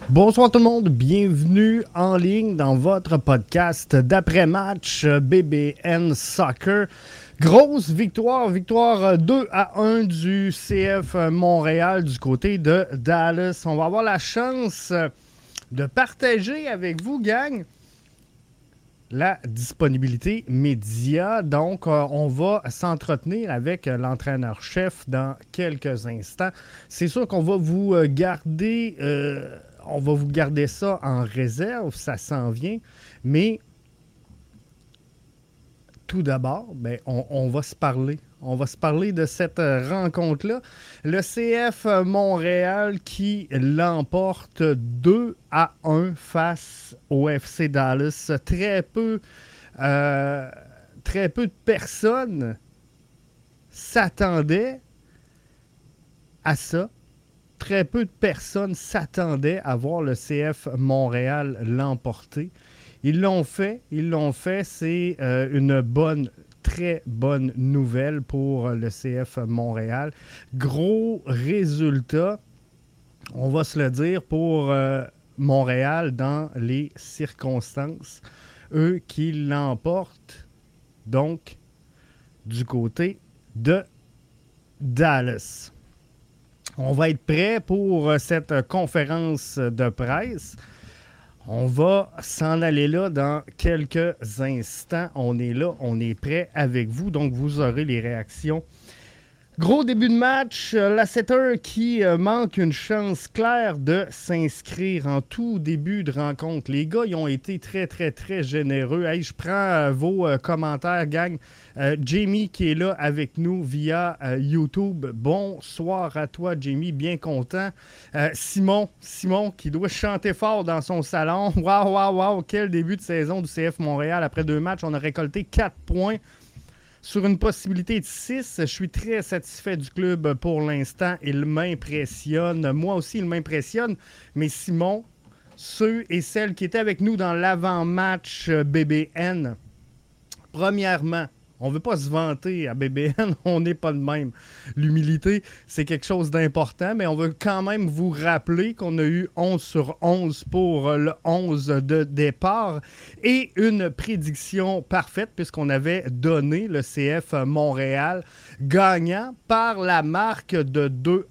Bonsoir tout le monde, bienvenue en ligne dans votre podcast d'après-match BBN Soccer. Grosse victoire 2-1 du CF Montréal du côté de Dallas. On va avoir la chance de partager avec vous, gang, la disponibilité média. Donc, on va s'entretenir avec l'entraîneur-chef dans quelques instants. C'est sûr qu'on va vous garder... on va vous garder ça en réserve, ça s'en vient, mais tout d'abord, on va se parler. On va se parler de cette rencontre-là. Le CF Montréal qui l'emporte 2-1 face au FC Dallas. Très peu de personnes s'attendaient à ça. Très peu de personnes s'attendaient à voir le CF Montréal l'emporter. Ils l'ont fait. C'est une très bonne nouvelle pour le CF Montréal. Gros résultat, on va se le dire, pour Montréal dans les circonstances. Eux qui l'emportent, donc, du côté de Dallas. On va être prêt pour cette conférence de presse. On va s'en aller là dans quelques instants. On est là, on est prêt avec vous. Donc, vous aurez les réactions. Gros début de match. La Setter qui manque une chance claire de s'inscrire en tout début de rencontre. Les gars, ils ont été très, très, très généreux. Hey, je prends vos commentaires, gang. Jamie qui est là avec nous via YouTube. Bonsoir à toi, Jamie. Bien content. Simon qui doit chanter fort dans son salon. Wow. Quel début de saison du CF Montréal. Après 2 matchs, on a récolté 4 points. Sur une possibilité de 6, je suis très satisfait du club pour l'instant. Il m'impressionne. Moi aussi, il m'impressionne. Mais Simon, ceux et celles qui étaient avec nous dans l'avant-match BBN, premièrement, on ne veut pas se vanter à BBN, on n'est pas de même. L'humilité, c'est quelque chose d'important, mais on veut quand même vous rappeler qu'on a eu 11 sur 11 pour le 11 de départ et une prédiction parfaite puisqu'on avait donné le CF Montréal gagnant par la marque de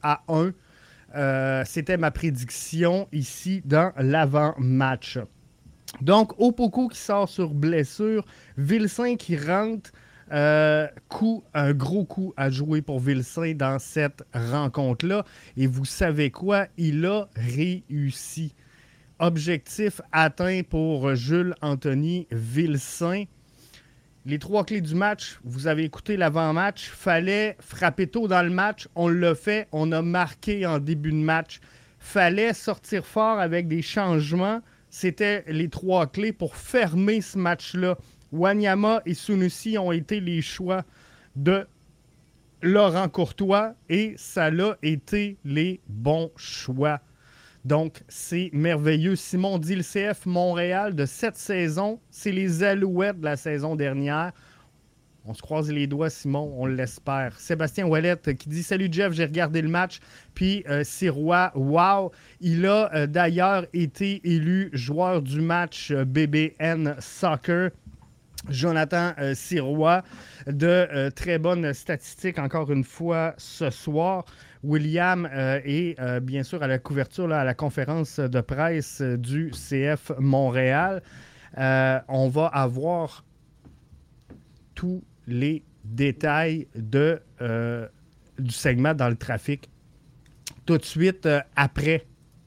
2-1. C'était ma prédiction ici dans l'avant-match. Donc, Opoku qui sort sur blessure, Vilsain qui rentre. Un gros coup à jouer pour Vilsain dans cette rencontre-là. Et vous savez quoi? Il a réussi. Objectif atteint pour Jules-Anthony Vilsain. Les 3 clés du match, vous avez écouté l'avant-match. Fallait frapper tôt dans le match. On l'a fait. On a marqué en début de match. Fallait sortir fort avec des changements. C'était les 3 clés pour fermer ce match-là. Wanyama et Sunusi ont été les choix de Laurent Courtois et ça a été les bons choix. Donc, c'est merveilleux. Simon dit le CF Montréal de cette saison, c'est les Alouettes de la saison dernière. On se croise les doigts, Simon, on l'espère. Sébastien Ouellette qui dit « Salut Jeff, j'ai regardé le match. » Puis Sirois, wow! Il a d'ailleurs été élu joueur du match BBN Soccer. Jonathan Sirois, de très bonnes statistiques encore une fois ce soir. William est bien sûr à la couverture, là, à la conférence de presse du CF Montréal. On va avoir tous les détails du segment dans le trafic tout de suite après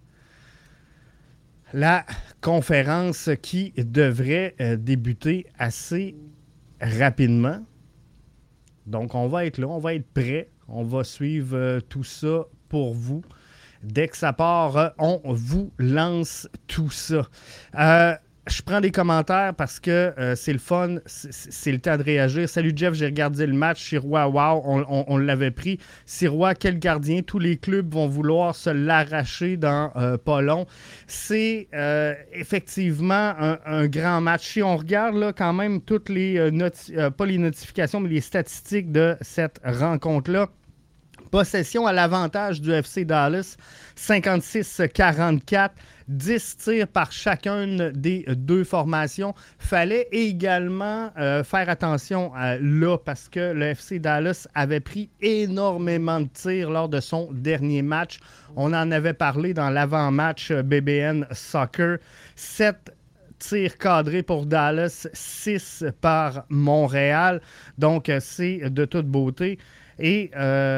la conférence qui devrait débuter assez rapidement. Donc, on va être là, on va être prêt. On va suivre tout ça pour vous. Dès que ça part, on vous lance tout ça. Je prends des commentaires parce que c'est le fun, c'est le temps de réagir. Salut Jeff, j'ai regardé le match. Sirois, wow, on l'avait pris. Sirois, quel gardien. Tous les clubs vont vouloir se l'arracher dans pas long. C'est effectivement un grand match. Si on regarde là, quand même toutes les, pas les notifications, mais les statistiques de cette rencontre-là, Possession à l'avantage du FC Dallas, 56-44. 10 tirs par chacune des deux formations. Fallait également faire attention là parce que le FC Dallas avait pris énormément de tirs lors de son dernier match. On en avait parlé dans l'avant-match BBN Soccer. 7 tirs cadrés pour Dallas, 6 par Montréal. Donc, c'est de toute beauté. Et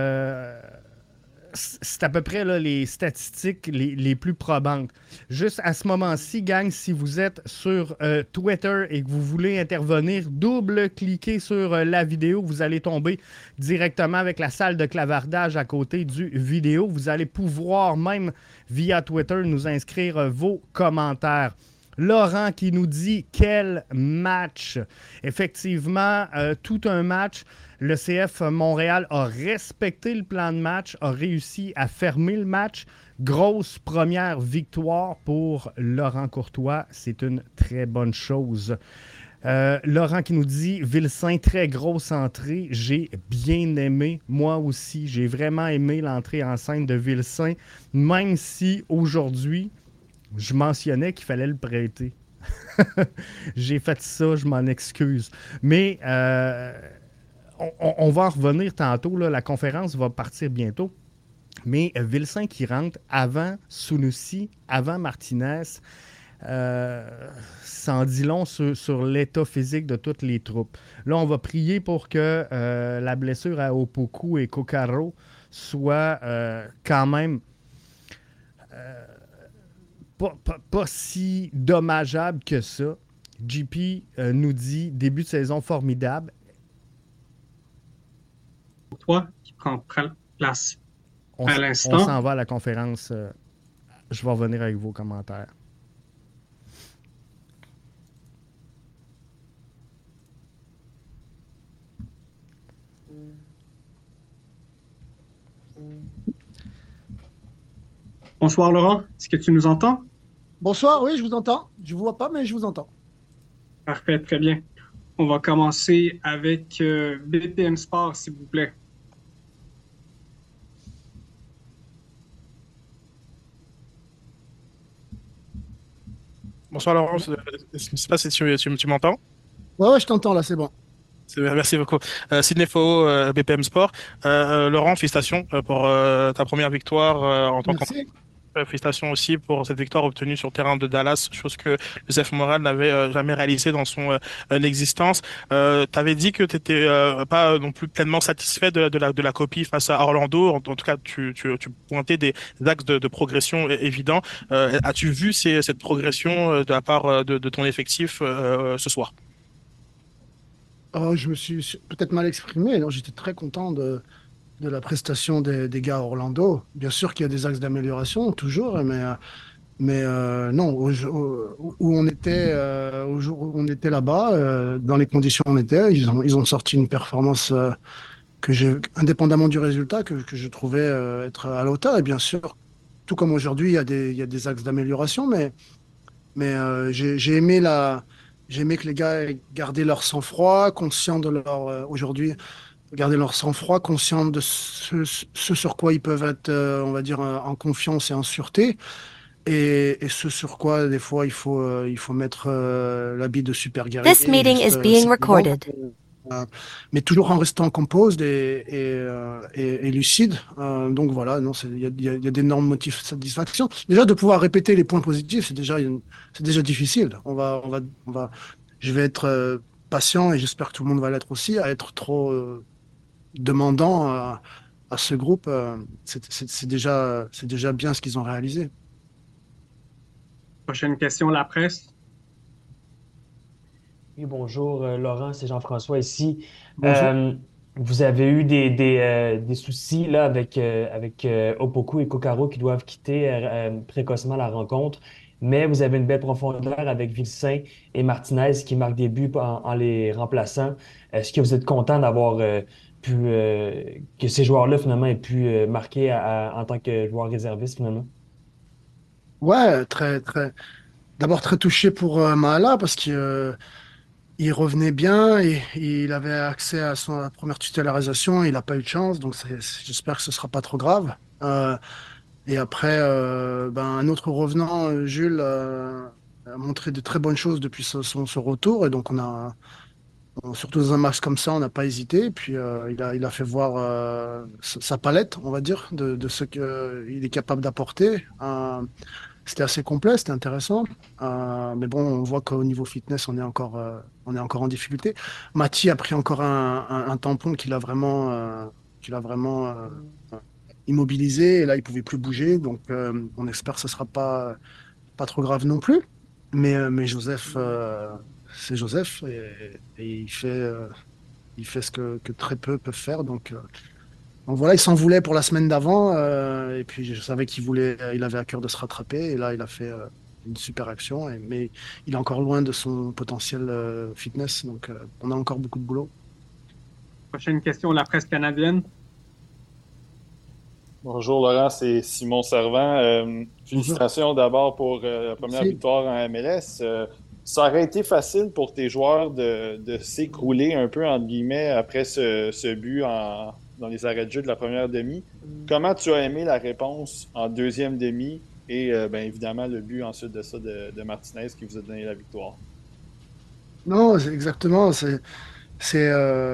c'est à peu près là, les statistiques les plus probantes. Juste à ce moment-ci, gang, si vous êtes sur Twitter et que vous voulez intervenir, double-cliquez sur la vidéo. Vous allez tomber directement avec la salle de clavardage à côté du vidéo. Vous allez pouvoir même, via Twitter, nous inscrire vos commentaires. Laurent qui nous dit « Quel match! » Effectivement, tout un match. Le CF Montréal a respecté le plan de match, a réussi à fermer le match. Grosse première victoire pour Laurent Courtois. C'est une très bonne chose. Laurent qui nous dit « Vilsaint, très grosse entrée. J'ai bien aimé. Moi aussi, j'ai vraiment aimé l'entrée en scène de Vilsaint, même si aujourd'hui, je mentionnais qu'il fallait le prêter. » J'ai fait ça, je m'en excuse. Mais on va en revenir tantôt. Là, la conférence va partir bientôt. Mais Vilsaint qui rentre avant Sunusi, avant Martinez, ça en dit long sur l'état physique de toutes les troupes. Là, on va prier pour que la blessure à Opoku et Kokaro soit quand même pas si dommageable que ça. JP nous dit début de saison formidable. Toi qui prends place à On l'instant. s'en va à la conférence. Je vais revenir avec vos commentaires. Bonsoir Laurent, est-ce que tu nous entends? Bonsoir, oui, je vous entends. Je ne vous vois pas, mais je vous entends. Parfait, très bien. On va commencer avec BPM Sport, s'il vous plaît. Bonsoir Laurent, je ne sais pas si tu m'entends. Ouais, je t'entends là, c'est bon. Merci beaucoup. Sydney Fo, BPM Sport. Laurent, félicitations pour ta première victoire en tant qu'entraîneur. Merci. Félicitations aussi pour cette victoire obtenue sur le terrain de Dallas, chose que Joseph Moral n'avait jamais réalisée dans son existence. Tu avais dit que tu n'étais pas non plus pleinement satisfait de la copie face à Orlando. En tout cas, tu pointais des axes de progression évidents. As-tu vu cette progression de la part de ton effectif ce soir? Je me suis peut-être mal exprimé. Non, j'étais très content de la prestation des gars à Orlando. Bien sûr qu'il y a des axes d'amélioration, toujours, mais non, où on était, au jour où on était là-bas, dans les conditions où on était, ils ont sorti une performance indépendamment du résultat, que je trouvais être à la hauteur. Et bien sûr, tout comme aujourd'hui, il y a des axes d'amélioration, mais j'ai aimé que les gars aient gardé leur sang-froid, conscients de leur aujourd'hui, garder leur sang-froid, conscients de ce sur quoi ils peuvent être, on va dire, en confiance et en sûreté, et ce sur quoi des fois il faut mettre l'habit de super guerrier, This meeting juste is being simplement, recorded. mais toujours en restant composed et lucide. Donc voilà, non, il y a d'énormes motifs de satisfaction. Déjà, de pouvoir répéter les points positifs, c'est déjà difficile. Je vais être patient et j'espère que tout le monde va l'être aussi, à être trop demandant à ce groupe. C'est déjà bien ce qu'ils ont réalisé. Prochaine question, la presse. Oui, bonjour Laurent, c'est Jean-François ici. Bonjour. Vous avez eu des soucis là avec Opoku et Kokaro qui doivent quitter précocement la rencontre, mais vous avez une belle profondeur avec Vilsaint et Martinez qui marquent des buts en les remplaçant. Est-ce que vous êtes content d'avoir que ces joueurs-là finalement aient pu marquer en tant que joueurs réservistes finalement? Ouais, d'abord très touché pour Mahala parce que il revenait bien et il avait accès à sa première titularisation. Il n'a pas eu de chance, donc j'espère que ce sera pas trop grave. Et après, un autre revenant, Jules, a montré de très bonnes choses depuis son retour. Et donc, surtout dans un match comme ça, on n'a pas hésité. Et puis, il a fait voir sa palette, on va dire, de ce qu'il est capable d'apporter. C'était assez complet, c'était intéressant. Mais bon, on voit qu'au niveau fitness, on est encore en difficulté. Mathis a pris encore un tampon qu'il a vraiment immobilisé. Et là, il pouvait plus bouger. Donc, on espère que ce sera pas trop grave non plus. Mais Joseph, c'est Joseph et il fait ce que très peu peuvent faire. Donc voilà, il s'en voulait pour la semaine d'avant, et puis je savais il avait à cœur de se rattraper, et là il a fait une super action, mais il est encore loin de son potentiel fitness, donc on a encore beaucoup de boulot. Prochaine question, la presse canadienne. Bonjour Laurent, c'est Simon Servant. Félicitations d'abord pour la première Merci. victoire en MLS. Ça aurait été facile pour tes joueurs de s'écrouler un peu, entre guillemets, après ce but dans les arrêts de jeu de la première demi. Comment tu as aimé la réponse en deuxième demi et bien évidemment le but ensuite de ça de Martinez qui vous a donné la victoire? Non, exactement. C'est,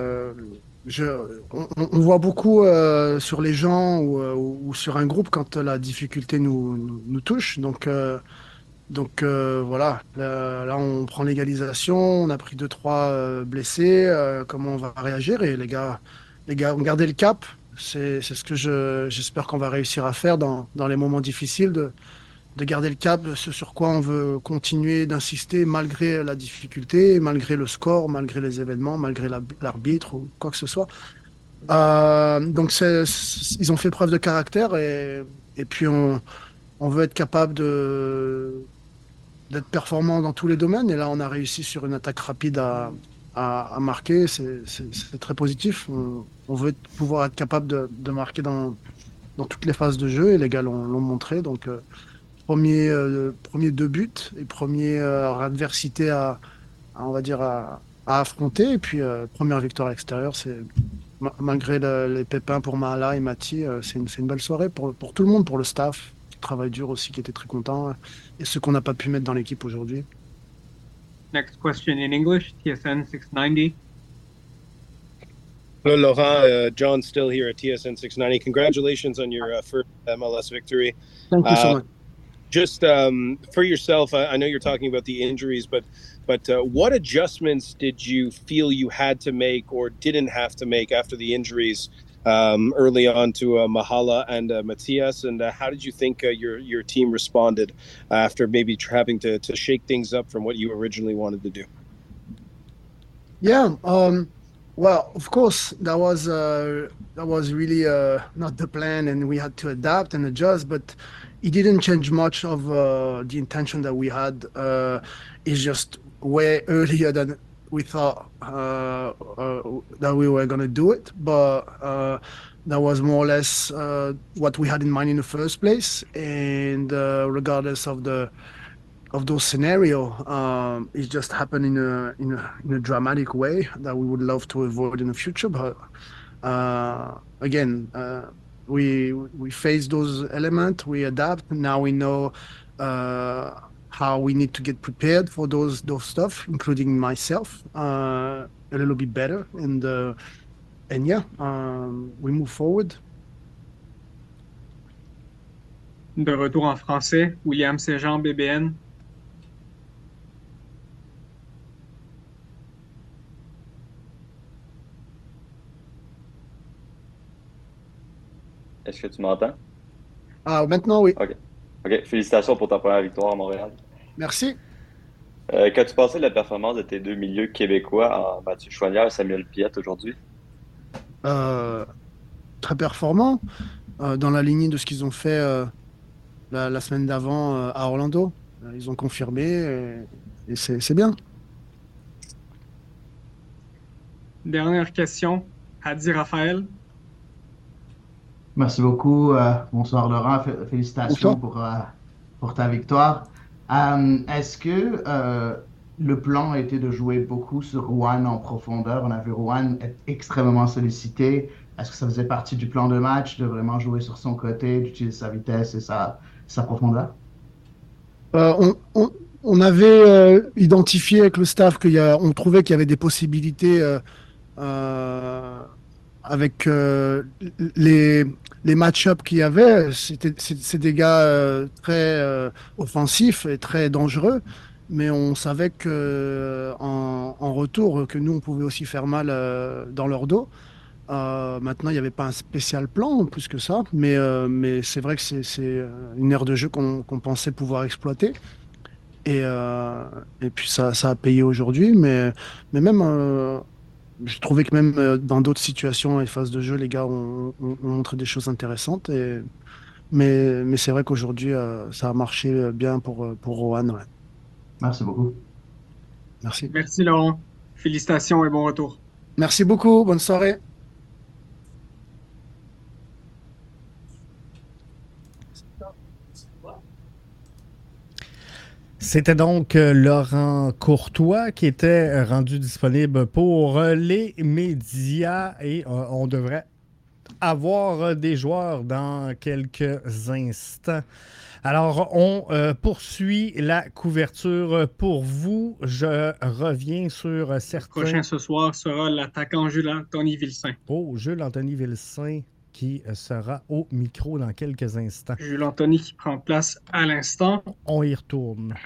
on voit beaucoup sur les gens ou sur un groupe quand la difficulté nous touche. Donc voilà, là, on prend l'égalisation, on a pris deux, trois blessés. Comment on va réagir? Et les gars ont gardé le cap. C'est ce que j'espère qu'on va réussir à faire dans les moments difficiles, de garder le cap, ce sur quoi on veut continuer d'insister malgré la difficulté, malgré le score, malgré les événements, malgré l'arbitre ou quoi que ce soit. Donc ils ont fait preuve de caractère et puis on veut être capable d'être performant dans tous les domaines. Et là, on a réussi sur une attaque rapide à marquer. C'est très positif. On veut pouvoir être capable de marquer dans toutes les phases de jeu et les gars l'ont montré. Donc, premier deux buts et première adversité on va dire, à affronter. Et puis, première victoire à l'extérieur, malgré les pépins pour Mahala et Mati, c'est une belle soirée pour tout le monde, pour le staff, qui travaille dur aussi, qui était très content, et ceux qu'on n'a pas pu mettre dans l'équipe aujourd'hui. Next question in English, TSN 690. Hello, Laurent. John Still here at TSN 690. Congratulations on your first MLS victory. Thank you so much. Just for yourself, I know you're talking about the injuries, but what adjustments did you feel you had to make or didn't have to make after the injuries early on to Mahala and Matias? And how did you think your team responded after maybe having to shake things up from what you originally wanted to do? Yeah. Well, of course, that was really not the plan, and we had to adapt and adjust. But it didn't change much of the intention that we had. It's just way earlier than we thought that we were going to do it. But that was more or less what we had in mind in the first place. And regardless of those scenario, it just happened in a dramatic way that we would love to avoid in the future. But again, we face those elements, we adapt. Now we know how we need to get prepared for those stuff, including myself, a little bit better. And yeah, we move forward. De retour en français, William Séjean, BBN. Est-ce que tu m'entends? Ah, maintenant, oui. OK. Félicitations pour ta première victoire à Montréal. Merci. Qu'as-tu pensé de la performance de tes deux milieux québécois en Mathieu Choignard et Samuel Piette aujourd'hui? Très performant, dans la lignée de ce qu'ils ont fait la semaine d'avant à Orlando. Ils ont confirmé et c'est bien. Dernière question, Hadi Raphaël. Merci beaucoup. Bonsoir Laurent. Félicitations Bonsoir. pour ta victoire. Est-ce que le plan a été de jouer beaucoup sur Rouen en profondeur. On a vu Rouen être extrêmement sollicité. Est-ce que ça faisait partie du plan de match de vraiment jouer sur son côté, d'utiliser sa vitesse et sa profondeur? Euh, on, on- on avait identifié avec le staff on trouvait qu'il y avait des possibilités euh, avec les, les match-ups qu'il y avait. C'est des gars très offensifs et très dangereux, mais on savait que en retour, que nous, on pouvait aussi faire mal dans leur dos. Maintenant, il n'y avait pas un spécial plan plus que ça, mais c'est vrai que c'est une aire de jeu qu'on pensait pouvoir exploiter. Et, euh, et puis ça a payé aujourd'hui, mais même, je trouvais que même dans d'autres situations et phases de jeu, les gars ont montré des choses intéressantes. Mais c'est vrai qu'aujourd'hui, ça a marché bien pour Rohan. Ouais. Merci beaucoup. Merci. Merci, Laurent. Félicitations et bon retour. Merci beaucoup. Bonne soirée. C'était donc Laurent Courtois qui était rendu disponible pour les médias et on devrait avoir des joueurs dans quelques instants. Alors, on poursuit la couverture pour vous. Je reviens sur Le certains. prochain ce soir sera l'attaquant Jules-Anthony Vilsain. Oh, Jules-Anthony Vilsain qui sera au micro dans quelques instants. Jules-Anthony qui prend place à l'instant. On y retourne.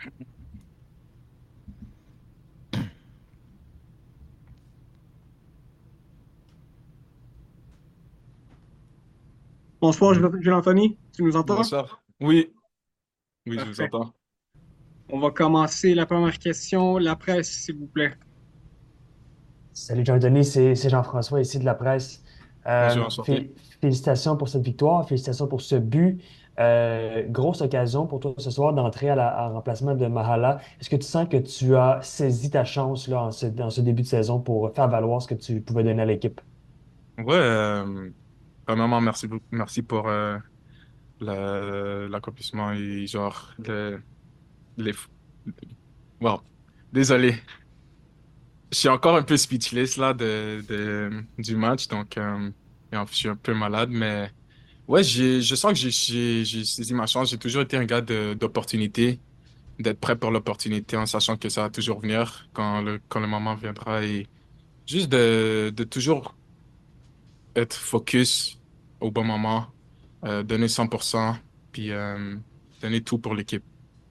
Bonsoir, Jules-Anthony. Tu nous entends? Bonsoir. Oui, oui, je vous Parfait. entends. On va commencer la première question. La presse, s'il vous plaît. Salut Jean-Denis, c'est Jean-François ici de la presse. Bonjour, enchanté. Félicitations pour cette victoire, félicitations pour ce but. Grosse occasion pour toi ce soir d'entrer en remplacement de Mahala. Est-ce que tu sens que tu as saisi ta chance là, dans ce début de saison pour faire valoir ce que tu pouvais donner à l'équipe? Ouais, premièrement, merci beaucoup, merci pour l'accomplissement et genre les, wow. Désolé, je suis encore un peu speechless là du match, donc je suis un peu malade, mais ouais, je sens que j'ai saisi ma chance. J'ai toujours été un gars d'opportunité, d'être prêt pour l'opportunité en sachant que ça va toujours venir quand le moment viendra et juste de toujours être focus au bon moment, donner 100%, puis donner tout pour l'équipe.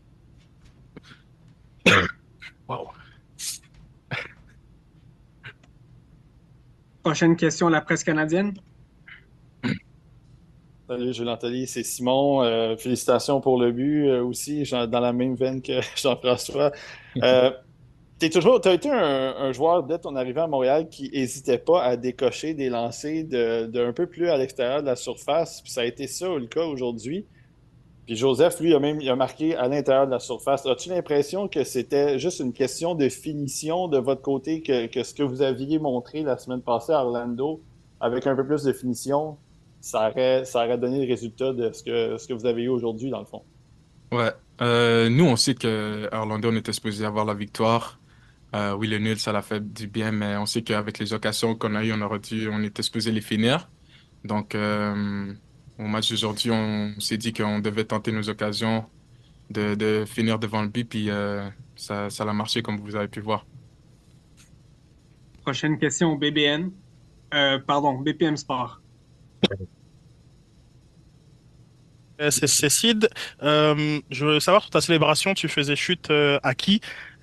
Wow. Prochaine question, la presse canadienne. Salut Jules-Anthony, c'est Simon. Félicitations pour le but aussi, dans la même veine que Jean-François. T'as été un joueur dès ton arrivée à Montréal qui n'hésitait pas à décocher des lancers un peu plus à l'extérieur de la surface. Puis ça a été ça le cas aujourd'hui. Puis Joseph, lui, il a marqué à l'intérieur de la surface. As-tu l'impression que c'était juste une question de finition de votre côté, que ce que vous aviez montré la semaine passée à Orlando, avec un peu plus de finition, ça aurait donné le résultat de ce que vous avez eu aujourd'hui, dans le fond? Ouais. Nous, on sait que à Orlando, on était supposé avoir la victoire. Oui, le nul, ça l'a fait du bien, mais on sait qu'avec les occasions qu'on a eues, on était supposé les finir. Donc, au match d'aujourd'hui, on s'est dit qu'on devait tenter nos occasions de finir devant le but, puis ça a marché comme vous avez pu voir. Prochaine question, BBN. Pardon, BPM Sport. C'est Sid. Je veux savoir, sur ta célébration, tu faisais chute à qui?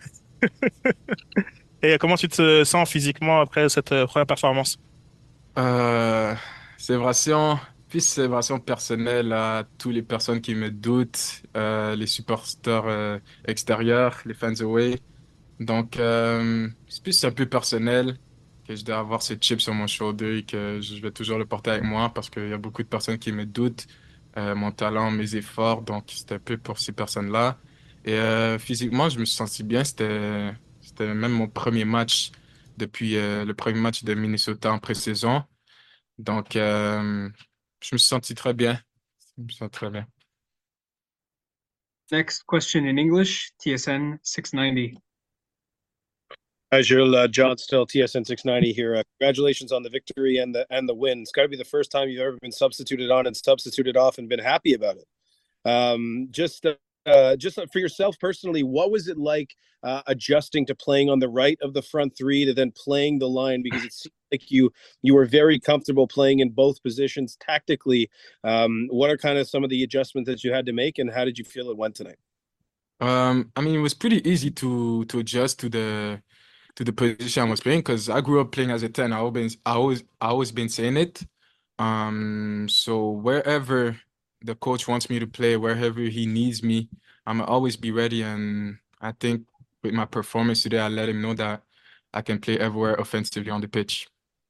Et comment tu te sens physiquement après cette première performance? Euh, célébration, puis célébration personnelle à toutes les personnes qui me doutent, les supporters extérieurs, les fans away. Donc, c'est plus un peu personnel que je dois avoir ce chip sur mon shoulder et que je vais toujours le porter avec moi parce qu'il y a beaucoup de personnes qui me doutent, mon talent, mes efforts. Donc, c'était un peu pour ces personnes-là. Et physiquement, je me suis senti bien. C'était même mon premier match depuis le premier match de Minnesota en pré-saison. Donc, je me suis senti très bien. Je me sens très bien. Next question in English, TSN 690. Hi, Jules. John Still, TSN 690 here. Congratulations on the victory and the win. It's got to be the first time you've ever been substituted on and substituted off and been happy about it. Just for yourself personally, what was it like adjusting to playing on the right of the front three to then playing the line? Because it seemed like you were very comfortable playing in both positions tactically. What are kind of some of the adjustments that you had to make, and how did you feel it went tonight? I mean, it was pretty easy to adjust to the position I was playing because I grew up playing as a 10. I always been saying it. So wherever the coach wants me to play, wherever he needs me, I'm gonna always be ready. And I think with my performance today, I let him know that I can play everywhere offensively on the pitch.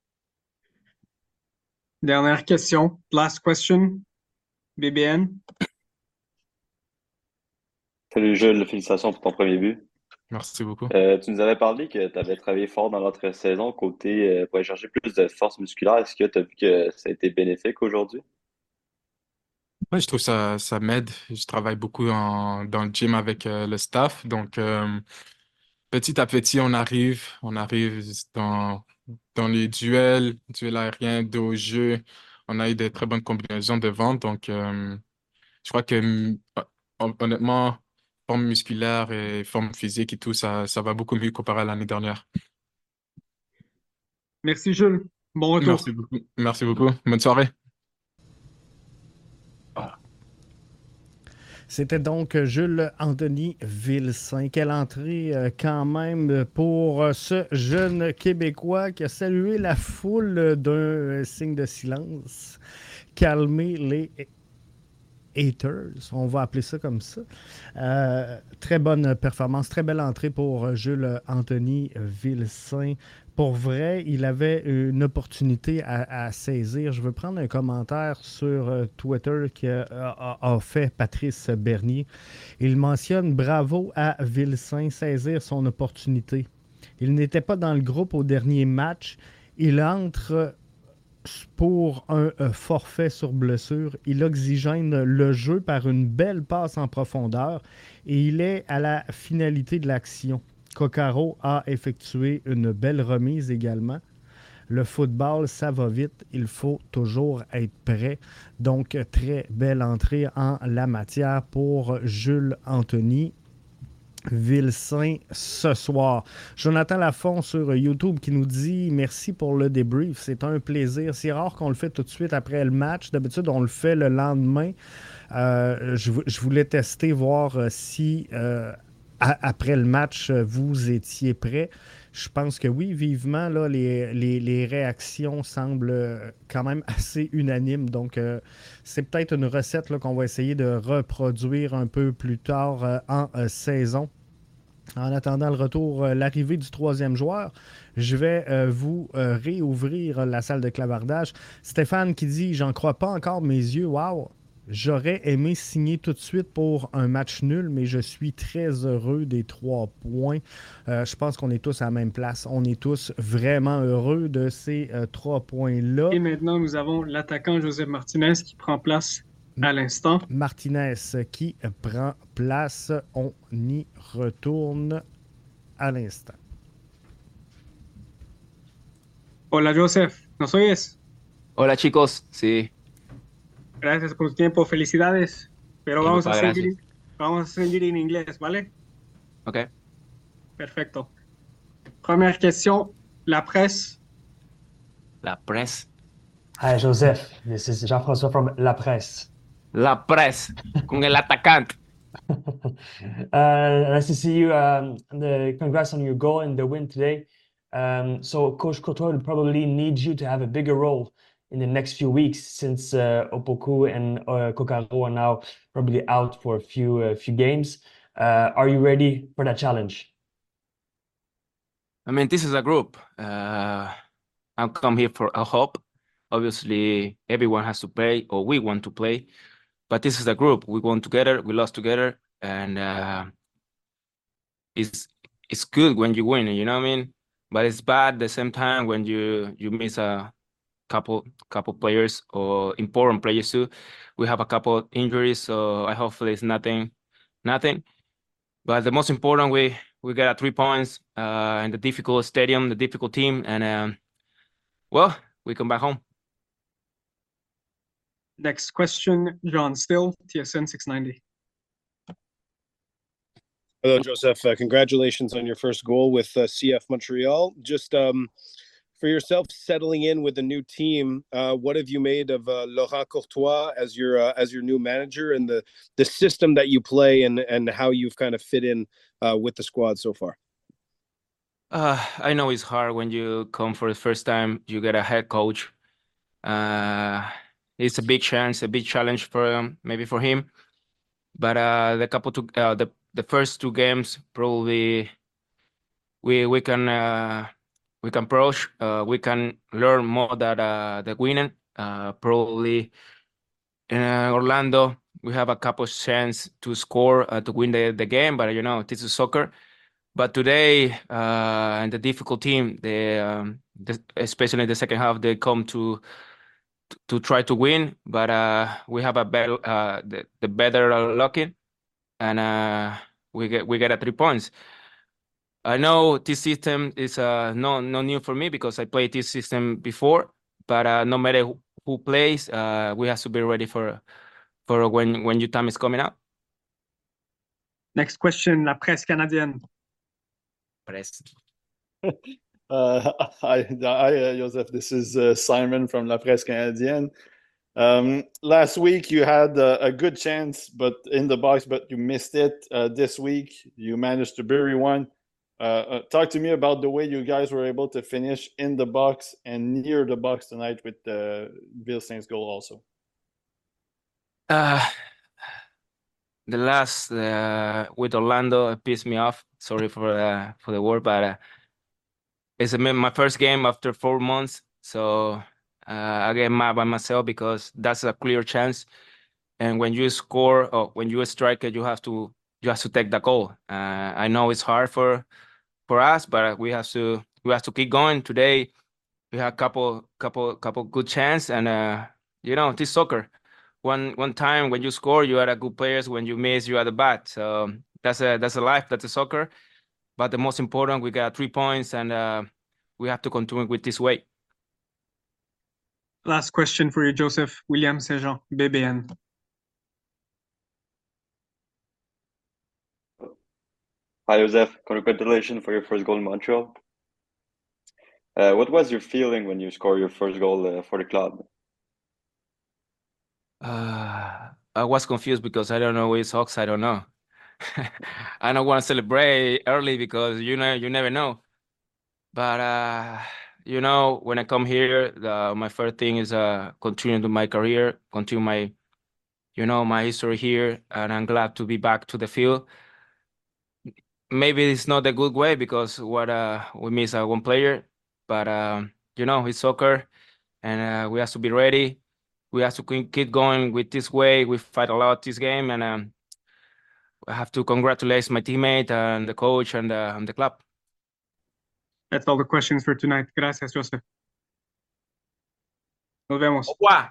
Dernière question. Last question. BBN. Salut Jules, félicitations pour ton premier but. Merci beaucoup. Tu nous avais parlé que tu avais travaillé fort dans l'autre saison côté pour aller chercher plus de force musculaire. Est-ce que tu as vu que ça a été bénéfique aujourd'hui? Ouais, je trouve ça m'aide. Je travaille beaucoup dans le gym avec le staff. Donc, petit à petit, on arrive dans les duels aériens, dos au jeu. On a eu des très bonnes combinaisons de vente. Donc, je crois que honnêtement, forme musculaire et forme physique et tout, ça va beaucoup mieux comparé à l'année dernière. Merci, Jules. Bon retour. Merci beaucoup. Merci beaucoup. Bonne soirée. C'était donc Jules-Anthony Vilsaint. Quelle entrée quand même pour ce jeune Québécois qui a salué la foule d'un signe de silence. Calmer les haters, on va appeler ça comme ça. Très bonne performance, très belle entrée pour Jules-Anthony Vilsaint. Pour vrai, il avait une opportunité à saisir. Je veux prendre un commentaire sur Twitter a fait Patrice Bernier. Il mentionne « Bravo à Vilsaint, saisir son opportunité. Il n'était pas dans le groupe au dernier match. Il entre pour un forfait sur blessure. Il oxygène le jeu par une belle passe en profondeur et il est à la finalité de l'action. Coccaro a effectué une belle remise également. Le football, ça va vite. Il faut toujours être prêt. Donc, très belle entrée en la matière pour Jules-Anthony Vilsaint ce soir. Jonathan Lafont sur YouTube qui nous dit « Merci pour le débrief. C'est un plaisir. C'est rare qu'on le fait tout de suite après le match. D'habitude, on le fait le lendemain. Je voulais tester, voir si... après le match, vous étiez prêts. Je pense que oui, vivement, là, les réactions semblent quand même assez unanimes. Donc, c'est peut-être une recette là, qu'on va essayer de reproduire un peu plus tard en saison. En attendant le retour, l'arrivée du troisième joueur, je vais vous réouvrir la salle de clavardage. Stéphane qui dit « J'en crois pas encore mes yeux. Wow! J'aurais aimé signer tout de suite pour un match nul, mais je suis très heureux des 3 points. Je pense qu'on est tous à la même place. On est tous vraiment heureux de ces 3 points-là. Et maintenant, nous avons l'attaquant Joseph Martinez qui prend place à l'instant. Martinez qui prend place. On y retourne à l'instant. Hola, Joseph. ¿Nos oyes? Hola chicos, sí. Gracias por tu tiempo, felicidades. Pero vamos a gracias. seguir en inglés, ¿vale? Ok. Perfecto. Première question, la presse. La presse. Hi, Joseph. This is Jean-François from La Presse. La presse, con el atacante. Nice to see you. Congrats on your goal and the win today. So Coach Courtois will probably need you to have a bigger role in the next few weeks since Opoku and Coccaro are now probably out for a few games. Are you ready for that challenge? I mean, this is a group. I've come here for a hope. Obviously, everyone has to play, or we want to play. But this is a group. We won together, we lost together, and it's good when you win, you know what I mean? But it's bad at the same time when you miss a couple players or important players too. We have a couple of injuries, so hopefully it's nothing. But the most important, we we got 3 points in the difficult stadium, the difficult team, and well, we come back home. Next question, John Still, TSN 690. Hello, Joseph. Congratulations on your first goal with CF Montreal. Just for yourself settling in with the new team, what have you made of Laurent Courtois as your new manager, and the system that you play, and how you've kind of fit in with the squad so far? I know it's hard when you come for the first time. You get a head coach. It's a big chance, a big challenge for maybe for him. But the first 2 games probably we can approach. We can learn more that the winning. Probably in Orlando we have a couple chance to score to win the game. But this is soccer. But today, and the difficult team, especially in the second half, they come to try to win. But we have a better the better lucky, and we get 3 points. I know this system is no new for me because I played this system before. But no matter who plays, we have to be ready for when your time is coming up. Next question, la presse canadienne. Presse. Hi, Joseph. This is Simon from La Presse Canadienne. Last week you had a good chance, but in the box, but you missed it. This week you managed to bury one. Talk to me about the way you guys were able to finish in the box and near the box tonight with Ville-Saint's goal also. The last with Orlando, it pissed me off. Sorry for the word, but it's my first game after 4 months. So I get mad by myself because that's a clear chance. And when you score or when you strike it, you have to take the goal. I know it's hard for us, but we have to keep going. Today we had couple good chance, and this soccer. One time when you score, you are a good players. When you miss, you are the bad. So that's a life. That's a soccer. But the most important, we got 3 points, and we have to continue with this way. Last question for you, Joseph. William Saint-Jean, BBN. Hi, Joseph. Congratulations for your first goal in Montreal. What was your feeling when you scored your first goal for the club? I was confused because I don't know which socks. I don't know. I don't want to celebrate early because you never know. But when I come here, my first thing is continue to my career, continue my history here, and I'm glad to be back to the field. Maybe it's not a good way because we miss one player, but it's soccer, and we have to be ready. We have to keep going with this way. We fight a lot this game, and I have to congratulate my teammate and the coach and the club. That's all the questions for tonight. Gracias, Joseph. Nos vemos. Au revoir.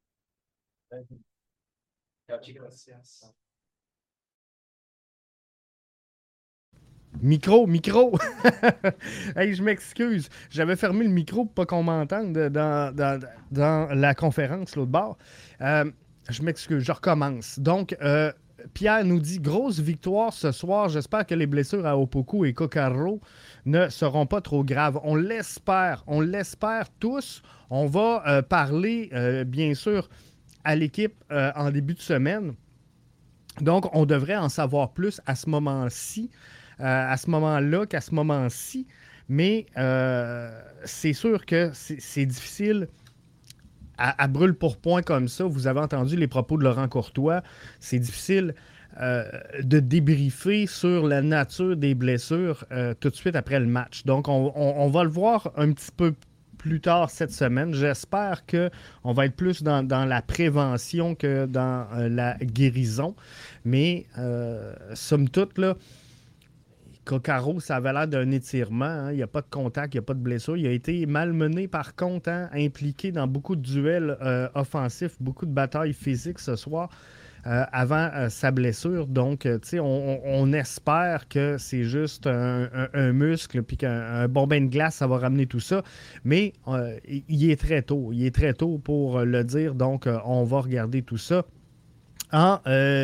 Micro. Hey, je m'excuse. J'avais fermé le micro pour pas qu'on m'entende dans la conférence, l'autre bord. Je m'excuse, je recommence. Donc, Pierre nous dit, grosse victoire ce soir. J'espère que les blessures à Opoku et Coccaro ne seront pas trop graves. On l'espère tous. On va parler, bien sûr, à l'équipe en début de semaine. Donc, on devrait en savoir plus à ce moment-ci. À ce moment-là qu'à ce moment-ci. Mais c'est sûr que c'est difficile à brûle-pourpoint comme ça. Vous avez entendu les propos de Laurent Courtois. C'est difficile de débriefer sur la nature des blessures tout de suite après le match. Donc, on va le voir un petit peu plus tard cette semaine. J'espère qu'on va être plus dans la prévention que dans la guérison. Mais, somme toute, là, Coccaro, ça avait l'air d'un étirement. Hein. Il n'y a pas de contact, il n'y a pas de blessure. Il a été malmené par contre, impliqué dans beaucoup de duels offensifs, beaucoup de batailles physiques ce soir. avant sa blessure. Donc, on espère que c'est juste un muscle puis qu'un bon bain de glace, ça va ramener tout ça. Mais il est très tôt. Il est très tôt pour le dire. Donc, on va regarder tout ça en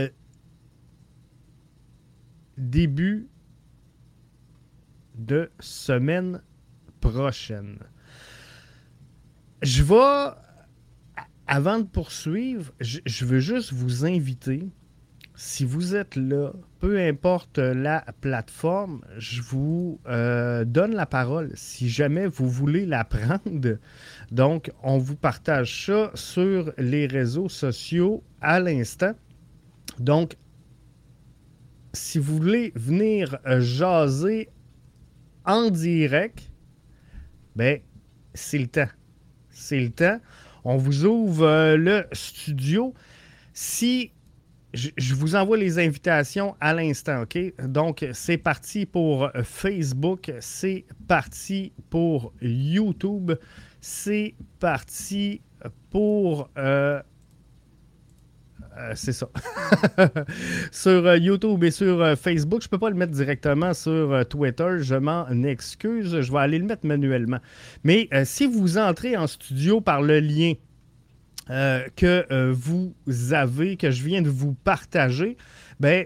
début de semaine prochaine. Je vais, avant de poursuivre, je veux juste vous inviter, si vous êtes là, peu importe la plateforme, je vous donne la parole si jamais vous voulez la prendre. Donc, on vous partage ça sur les réseaux sociaux à l'instant. Donc, si vous voulez venir jaser en direct, ben, c'est le temps. C'est le temps. On vous ouvre le studio. Si je vous envoie les invitations à l'instant, OK? Donc, c'est parti pour Facebook, c'est parti pour YouTube, c'est parti pour... c'est ça. Sur YouTube et sur Facebook, je ne peux pas le mettre directement sur Twitter. Je m'en excuse. Je vais aller le mettre manuellement. Mais si vous entrez en studio par le lien que vous avez, que je viens de vous partager, ben,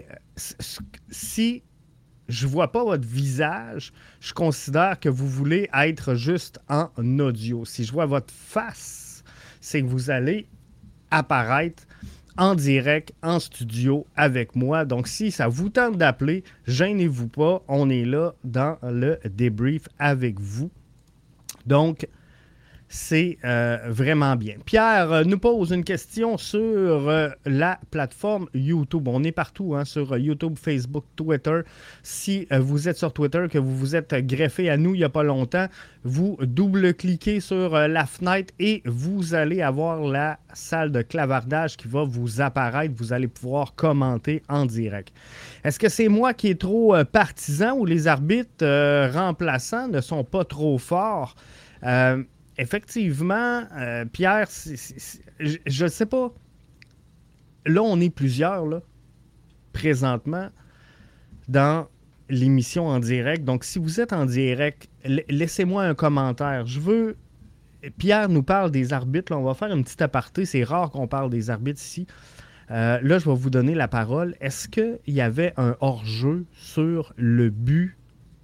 si je ne vois pas votre visage, je considère que vous voulez être juste en audio. Si je vois votre face, c'est que vous allez apparaître en direct, en studio avec moi. Donc, si ça vous tente d'appeler, gênez-vous pas. On est là dans le débrief avec vous. Donc, c'est vraiment bien. Pierre nous pose une question sur la plateforme YouTube. On est partout, hein, sur YouTube, Facebook, Twitter. Si vous êtes sur Twitter, que vous vous êtes greffé à nous il n'y a pas longtemps, vous double-cliquez sur la fenêtre et vous allez avoir la salle de clavardage qui va vous apparaître. Vous allez pouvoir commenter en direct. Est-ce que c'est moi qui est trop partisan ou les arbitres remplaçants ne sont pas trop forts? Effectivement, Pierre, je ne sais pas. Là, on est plusieurs, là, présentement, dans l'émission en direct. Donc, si vous êtes en direct, laissez-moi un commentaire. Je veux... Pierre nous parle des arbitres. Là, on va faire une petite aparté. C'est rare qu'on parle des arbitres ici. Là, je vais vous donner la parole. Est-ce qu'il y avait un hors-jeu sur le but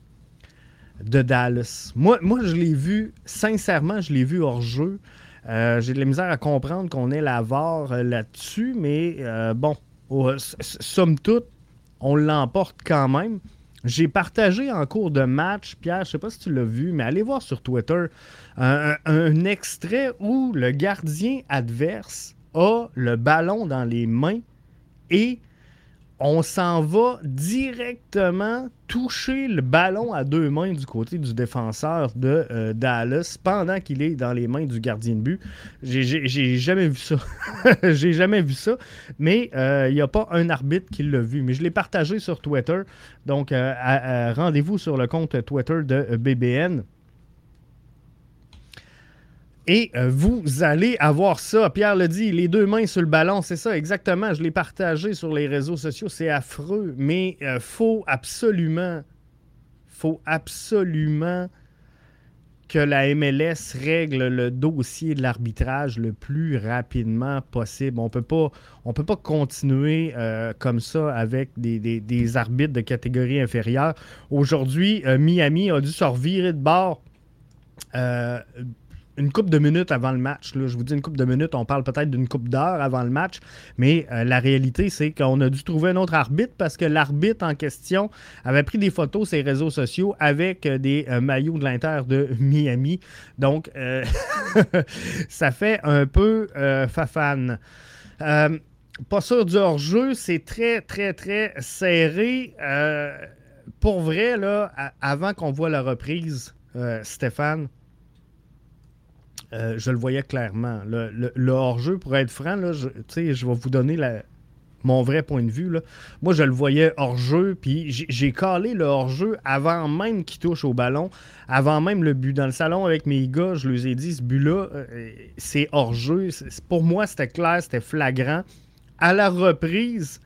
de Dallas? Moi, je l'ai vu, sincèrement, je l'ai vu hors jeu. J'ai de la misère à comprendre qu'on ait la VAR là-dessus, mais bon, somme toute, on l'emporte quand même. J'ai partagé en cours de match, Pierre, je ne sais pas si tu l'as vu, mais allez voir sur Twitter un extrait où le gardien adverse a le ballon dans les mains et on s'en va directement toucher le ballon à deux mains du côté du défenseur de Dallas pendant qu'il est dans les mains du gardien de but. J'ai jamais vu ça. J'ai jamais vu ça. Mais il n'y a pas un arbitre qui l'a vu. Mais je l'ai partagé sur Twitter. Donc, rendez-vous sur le compte Twitter de BBN. Et vous allez avoir ça. Pierre le dit, les deux mains sur le ballon, c'est ça, exactement. Je l'ai partagé sur les réseaux sociaux. C'est affreux, mais faut absolument que la MLS règle le dossier de l'arbitrage le plus rapidement possible. On peut pas continuer comme ça avec des arbitres de catégorie inférieure. Aujourd'hui, Miami a dû se revirer de bord une couple de minutes avant le match. Là. Je vous dis une couple de minutes, on parle peut-être d'une couple d'heures avant le match, mais la réalité, c'est qu'on a dû trouver un autre arbitre parce que l'arbitre en question avait pris des photos sur les réseaux sociaux avec des maillots de l'Inter de Miami. Donc, ça fait un peu fafane. Pas sûr du hors-jeu, c'est très, très, très serré. Pour vrai, là, avant qu'on voit la reprise, Stéphane, je le voyais clairement. Le hors-jeu, pour être franc, là, je vais vous donner mon vrai point de vue. Là. Moi, je le voyais hors-jeu, puis j'ai calé le hors-jeu avant même qu'il touche au ballon, avant même le but. Dans le salon avec mes gars, je leur ai dit, ce but-là, c'est hors-jeu. Pour moi, c'était clair, c'était flagrant. à la reprise,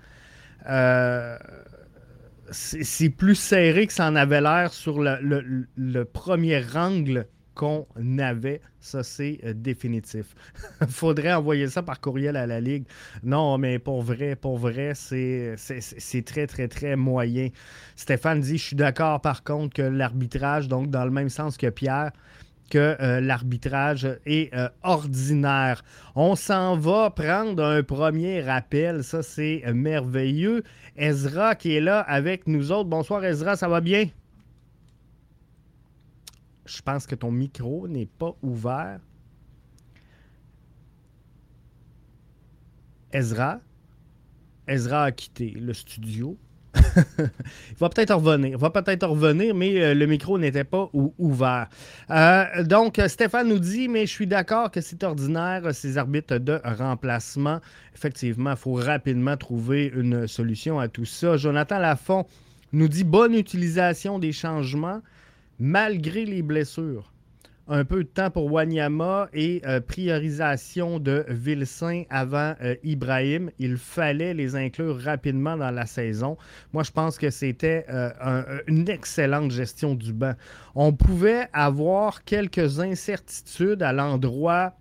c'est plus serré que ça en avait l'air sur le premier angle qu'on avait. Ça, c'est définitif. Faudrait envoyer ça par courriel à la Ligue. Non, mais pour vrai, c'est très, très, très moyen. Stéphane dit, je suis d'accord par contre que l'arbitrage, donc dans le même sens que Pierre, que l'arbitrage est ordinaire. On s'en va prendre un premier appel. Ça, c'est merveilleux. Ezra qui est là avec nous autres. Bonsoir Ezra, ça va bien? Je pense que ton micro n'est pas ouvert. Ezra a quitté le studio. Il va peut-être revenir, mais le micro n'était pas ouvert. Donc, Stéphane nous dit, mais je suis d'accord que c'est ordinaire, ces arbitres de remplacement. Effectivement, il faut rapidement trouver une solution à tout ça. Jonathan Lafont nous dit, bonne utilisation des changements malgré les blessures. Un peu de temps pour Wanyama et priorisation de Vilsain avant Ibrahim. Il fallait les inclure rapidement dans la saison. Moi, je pense que c'était une excellente gestion du banc. On pouvait avoir quelques incertitudes à l'endroit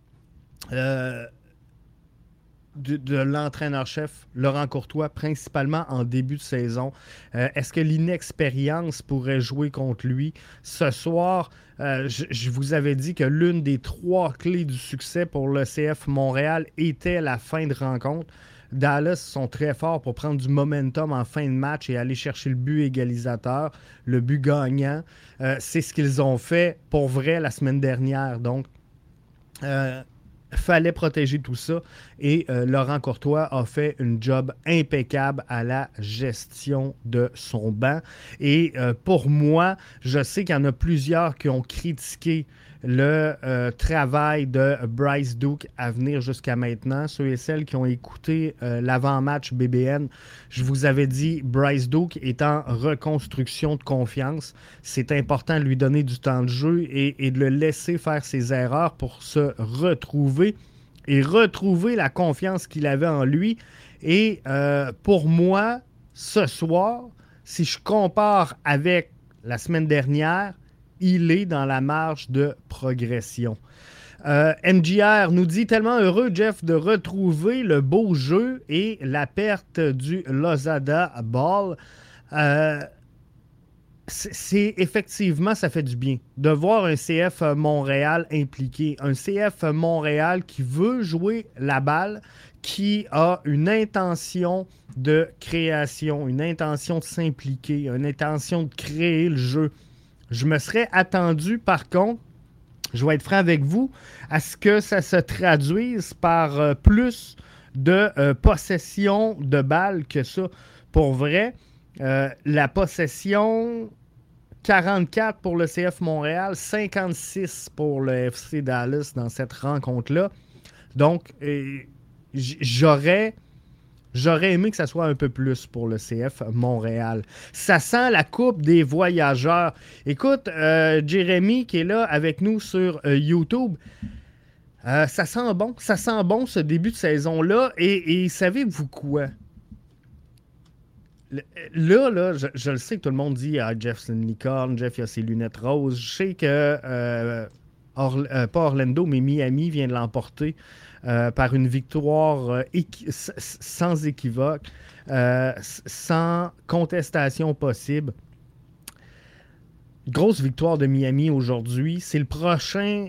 de l'entraîneur-chef Laurent Courtois, principalement en début de saison. Est-ce que l'inexpérience pourrait jouer contre lui? Ce soir, je vous avais dit que l'une des 3 clés du succès pour le CF Montréal était la fin de rencontre. Dallas sont très forts pour prendre du momentum en fin de match et aller chercher le but égalisateur, le but gagnant. C'est ce qu'ils ont fait pour vrai la semaine dernière. Donc, fallait protéger tout ça et Laurent Courtois a fait une job impeccable à la gestion de son banc. Et pour moi, je sais qu'il y en a plusieurs qui ont critiqué le travail de Bryce Duke à venir jusqu'à maintenant. Ceux et celles qui ont écouté l'avant-match BBN, je vous avais dit, Bryce Duke est en reconstruction de confiance. C'est important de lui donner du temps de jeu et de le laisser faire ses erreurs pour se retrouver et retrouver la confiance qu'il avait en lui. Et pour moi, ce soir, si je compare avec la semaine dernière, il est dans la marge de progression. MJR nous dit tellement heureux, Jeff, de retrouver le beau jeu et la perte du Lozada Ball. C'est effectivement, ça fait du bien de voir un CF Montréal impliqué. Un CF Montréal qui veut jouer la balle, qui a une intention de création, une intention de s'impliquer, une intention de créer le jeu. Je me serais attendu, par contre, je vais être franc avec vous, à ce que ça se traduise par plus de possession de balles que ça. Pour vrai, la possession, 44 pour le CF Montréal, 56 pour le FC Dallas dans cette rencontre-là. Donc, j'aurais aimé que ça soit un peu plus pour le CF Montréal. Ça sent la coupe des voyageurs. Écoute, Jérémy qui est là avec nous sur YouTube, ça sent bon ce début de saison-là. Et savez-vous quoi? Là, je le sais que tout le monde dit Jeff, c'est une licorne, Jeff, il a ses lunettes roses. Je sais que, pas Orlando, mais Miami vient de l'emporter par une victoire sans équivoque, sans contestation possible. Grosse victoire de Miami aujourd'hui. C'est le prochain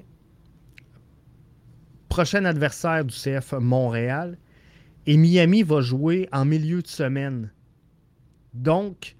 adversaire du CF Montréal. Et Miami va jouer en milieu de semaine. Donc,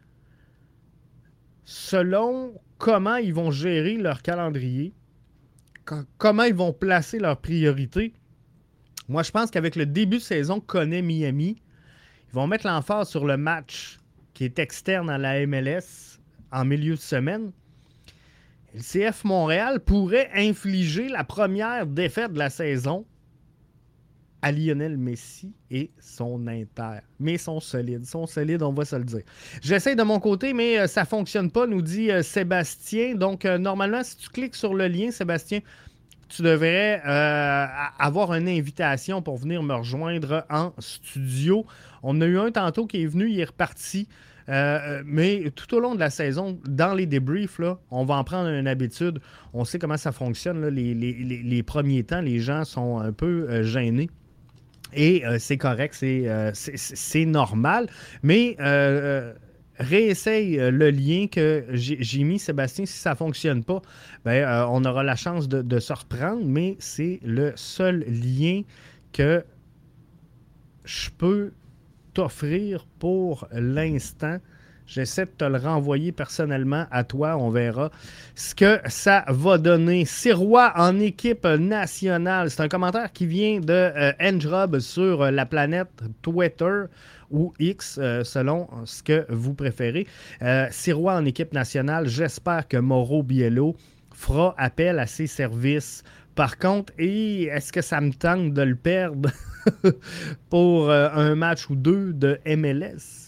selon comment ils vont gérer leur calendrier, comment ils vont placer leurs priorités, moi, je pense qu'avec le début de saison que connaît Miami, ils vont mettre l'emphase sur le match qui est externe à la MLS en milieu de semaine. Le CF Montréal pourrait infliger la première défaite de la saison à Lionel Messi et son Inter. Mais ils sont solides, on va se le dire. J'essaie de mon côté, mais ça ne fonctionne pas, nous dit Sébastien. Donc, normalement, si tu cliques sur le lien, Sébastien, tu devrais avoir une invitation pour venir me rejoindre en studio. On a eu un tantôt qui est venu, il est reparti. Mais tout au long de la saison, dans les débriefs, là, on va en prendre une habitude. On sait comment ça fonctionne. Là. Les premiers temps, les gens sont un peu gênés. Et c'est correct, c'est normal. Mais réessaye le lien que j'ai mis, Sébastien. Si ça ne fonctionne pas, ben, on aura la chance de se reprendre. Mais c'est le seul lien que je peux t'offrir pour l'instant. J'essaie de te le renvoyer personnellement à toi. On verra ce que ça va donner. Sirois en équipe nationale. C'est un commentaire qui vient de N-Job sur la planète Twitter ou X, selon ce que vous préférez. Sirois en équipe nationale. J'espère que Mauro Biello fera appel à ses services. Par contre, est-ce que ça me tente de le perdre pour un match ou deux de MLS?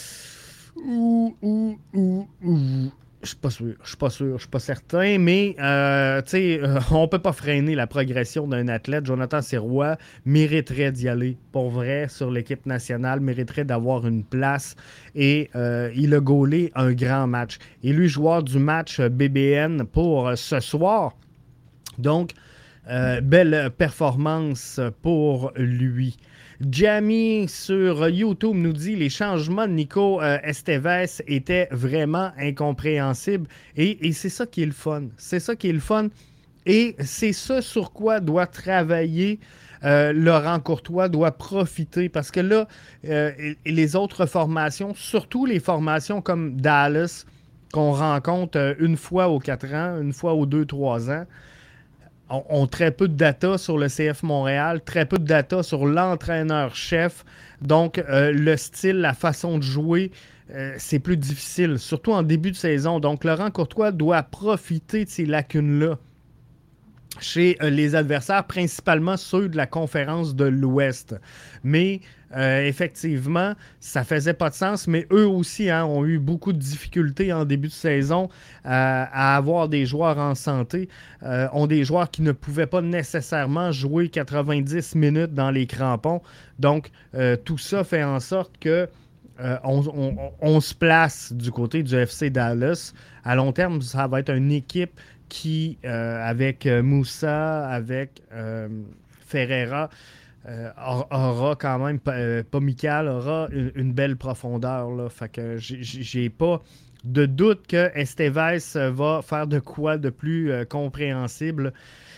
Je suis pas sûr, je suis pas certain, mais on peut pas freiner la progression d'un athlète. Jonathan Sirois mériterait d'y aller, pour vrai, sur l'équipe nationale, mériterait d'avoir une place, et il a gaulé un grand match. Et lui, joueur du match BBN pour ce soir. Donc, belle performance pour lui. Jamie sur YouTube nous dit les changements de Nico Esteves étaient vraiment incompréhensibles. Et c'est ça qui est le fun. C'est ça qui est le fun. Et c'est ça sur quoi doit travailler Laurent Courtois, doit profiter. Parce que là, les autres formations, surtout les formations comme Dallas, qu'on rencontre une fois aux 4 ans, une fois aux 2-3 ans, ont très peu de data sur le CF Montréal, très peu de data sur l'entraîneur-chef. Donc, le style, la façon de jouer, c'est plus difficile, surtout en début de saison. Donc, Laurent Courtois doit profiter de ces lacunes-là chez les adversaires, principalement ceux de la conférence de l'Ouest. Mais effectivement, ça faisait pas de sens, mais eux aussi ont eu beaucoup de difficultés en début de saison à avoir des joueurs en santé, ont des joueurs qui ne pouvaient pas nécessairement jouer 90 minutes dans les crampons. Donc, tout ça fait en sorte que on se place du côté du FC Dallas. À long terme, ça va être une équipe qui, avec Moussa, avec Ferreira, aura quand même, pas Michael, aura une belle profondeur. Là. Fait que j'ai pas de doute que Esteves va faire de quoi de plus compréhensible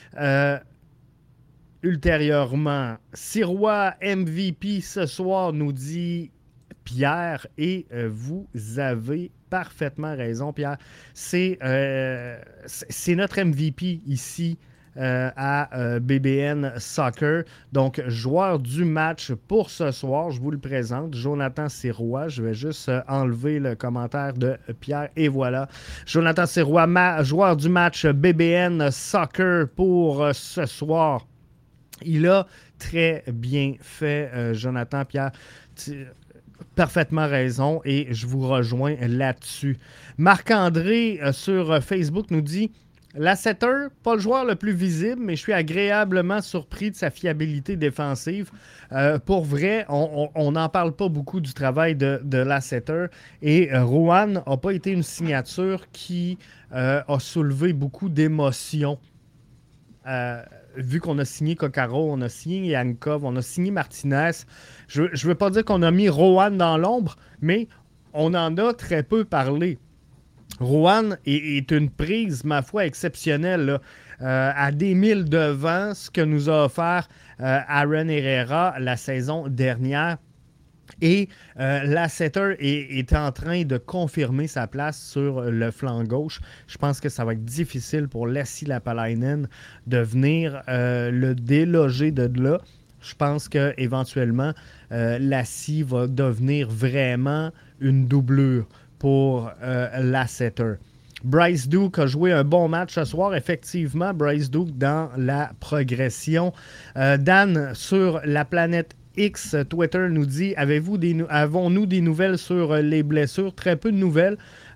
ultérieurement. Sirois MVP ce soir, nous dit Pierre, et vous avez parfaitement raison, Pierre. C'est notre MVP ici à BBN Soccer. Donc, joueur du match pour ce soir, je vous le présente, Jonathan Sirois. Je vais juste enlever le commentaire de Pierre, et voilà. Jonathan Sirois, joueur du match BBN Soccer pour ce soir. Il a très bien fait, Jonathan. Pierre, parfaitement raison, et je vous rejoins là-dessus. Marc-André sur Facebook nous dit Lasseter, pas le joueur le plus visible, mais je suis agréablement surpris de sa fiabilité défensive. Pour vrai, on n'en parle pas beaucoup du travail de Lasseter, et Rouen n'a pas été une signature qui a soulevé beaucoup d'émotions. Vu qu'on a signé Coccaro, on a signé Yankov, on a signé Martinez. Je ne veux pas dire qu'on a mis Rowan dans l'ombre, mais on en a très peu parlé. Rowan est une prise, ma foi, exceptionnelle, à des milles devant ce que nous a offert Aaron Herrera la saison dernière. Et Lasseter est en train de confirmer sa place sur le flanc gauche. Je pense que ça va être difficile pour Lassi Lapalainen de venir le déloger de là. Je pense qu'éventuellement, Lassi va devenir vraiment une doublure pour Lasseter. Bryce Duke a joué un bon match ce soir. Effectivement, Bryce Duke dans la progression. Dan, sur la planète X, Twitter nous dit avons-nous des nouvelles sur les blessures? Très peu de nouvelles.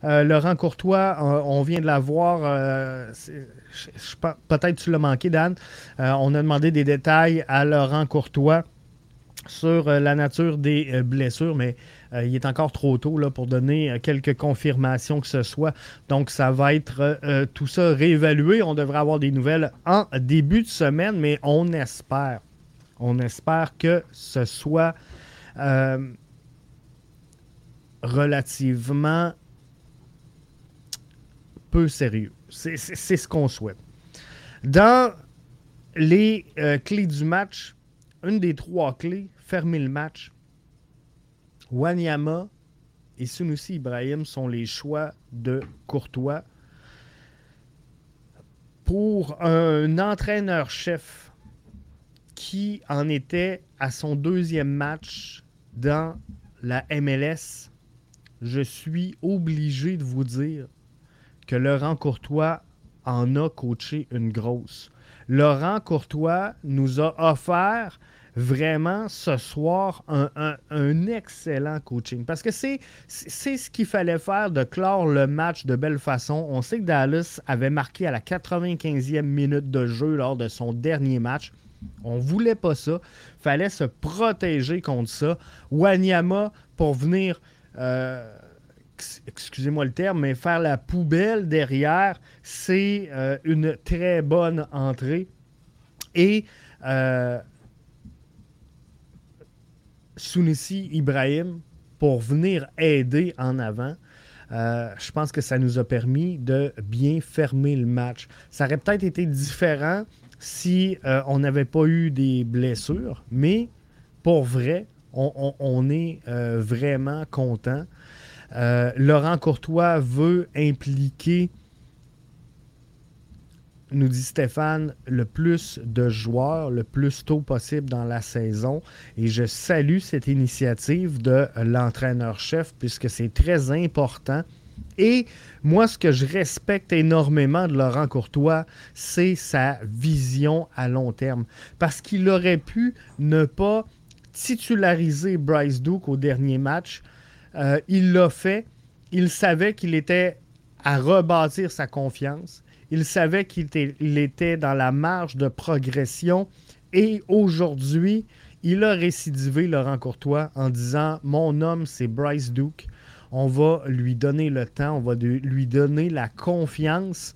Laurent Courtois, on vient de l'avoir. Peut-être tu l'as manqué, Dan. On a demandé des détails à Laurent Courtois sur la nature des blessures, mais il est encore trop tôt là, pour donner quelques confirmations que ce soit. Donc, ça va être tout ça réévalué. On devrait avoir des nouvelles en début de semaine, mais on espère. On espère que ce soit relativement peu sérieux. C'est ce qu'on souhaite. Dans les clés du match, une des 3 clés, fermer le match. Wanyama et Sunusi Ibrahim sont les choix de Courtois. Pour un entraîneur-chef qui en était à son 2e match dans la MLS, je suis obligé de vous dire que Laurent Courtois en a coaché une grosse. Laurent Courtois nous a offert vraiment ce soir un excellent coaching. Parce que c'est ce qu'il fallait faire de clore le match de belle façon. On sait que Dallas avait marqué à la 95e minute de jeu lors de son dernier match. On ne voulait pas ça. Il fallait se protéger contre ça. Wanyama, pour venir, excusez-moi le terme, mais faire la poubelle derrière, c'est une très bonne entrée. Et Sunusi Ibrahim pour venir aider en avant. Je pense que ça nous a permis de bien fermer le match. Ça aurait peut-être été différent si on n'avait pas eu des blessures, mais pour vrai, on est vraiment content. Laurent Courtois veut impliquer, nous dit Stéphane, le plus de joueurs le plus tôt possible dans la saison. Et je salue cette initiative de l'entraîneur-chef puisque c'est très important. Et moi, ce que je respecte énormément de Laurent Courtois, c'est sa vision à long terme. Parce qu'il aurait pu ne pas titulariser Bryce Duke au dernier match. Il l'a fait. Il savait qu'il était à rebâtir sa confiance. Il savait qu'il était dans la marge de progression. Et aujourd'hui, il a récidivé, Laurent Courtois, en disant « Mon homme, c'est Bryce Duke. On va lui donner le temps, on va lui donner la confiance. »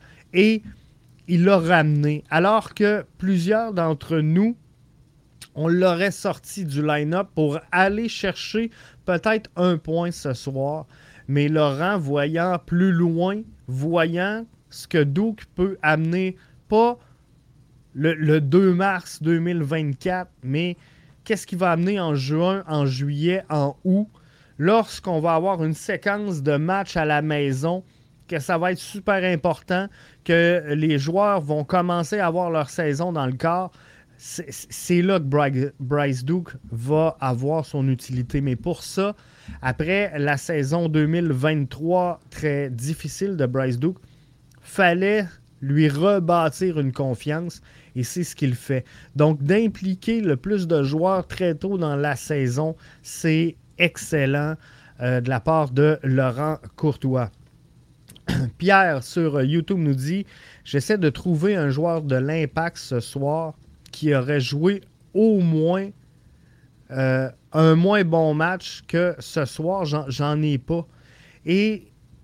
Et il l'a ramené. Alors que plusieurs d'entre nous, on l'aurait sorti du line-up pour aller chercher peut-être un point ce soir. Mais Laurent, voyant plus loin, voyant ce que Duke peut amener, pas le 2 mars 2024, mais qu'est-ce qu'il va amener en juin, en juillet, en août, lorsqu'on va avoir une séquence de matchs à la maison, que ça va être super important, que les joueurs vont commencer à avoir leur saison dans le corps. C'est là que Bryce Duke va avoir son utilité. Mais pour ça, après la saison 2023 très difficile de Bryce Duke, fallait lui rebâtir une confiance et c'est ce qu'il fait. Donc, d'impliquer le plus de joueurs très tôt dans la saison, c'est excellent de la part de Laurent Courtois. Pierre sur YouTube nous dit « J'essaie de trouver un joueur de l'Impact ce soir qui aurait joué au moins un moins bon match que ce soir. J'en ai pas. » Et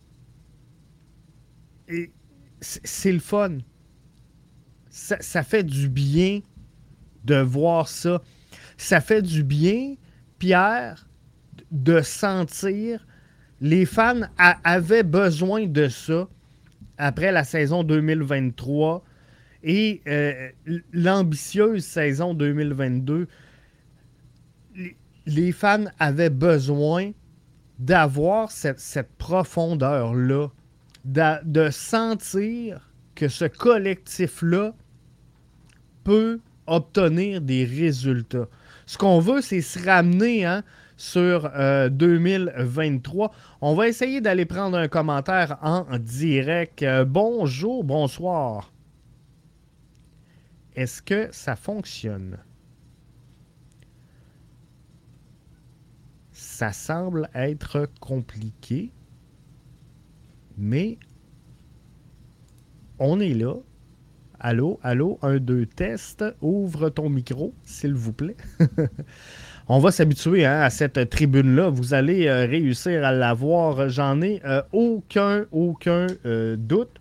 c'est le fun. Ça fait du bien de voir ça. Ça fait du bien, Pierre, de sentir les fans avaient besoin de ça après la saison 2023 et l'ambitieuse saison 2022. Les fans avaient besoin d'avoir cette profondeur-là, de sentir que ce collectif-là peut obtenir des résultats. Ce qu'on veut, c'est se ramener sur 2023. On va essayer d'aller prendre un commentaire en direct. Bonjour, bonsoir. Est-ce que ça fonctionne? Ça semble être compliqué. Mais on est là. Allô, 1, 2, test. Ouvre ton micro, s'il vous plaît. On va s'habituer à cette tribune-là. Vous allez réussir à la voir. J'en ai aucun doute.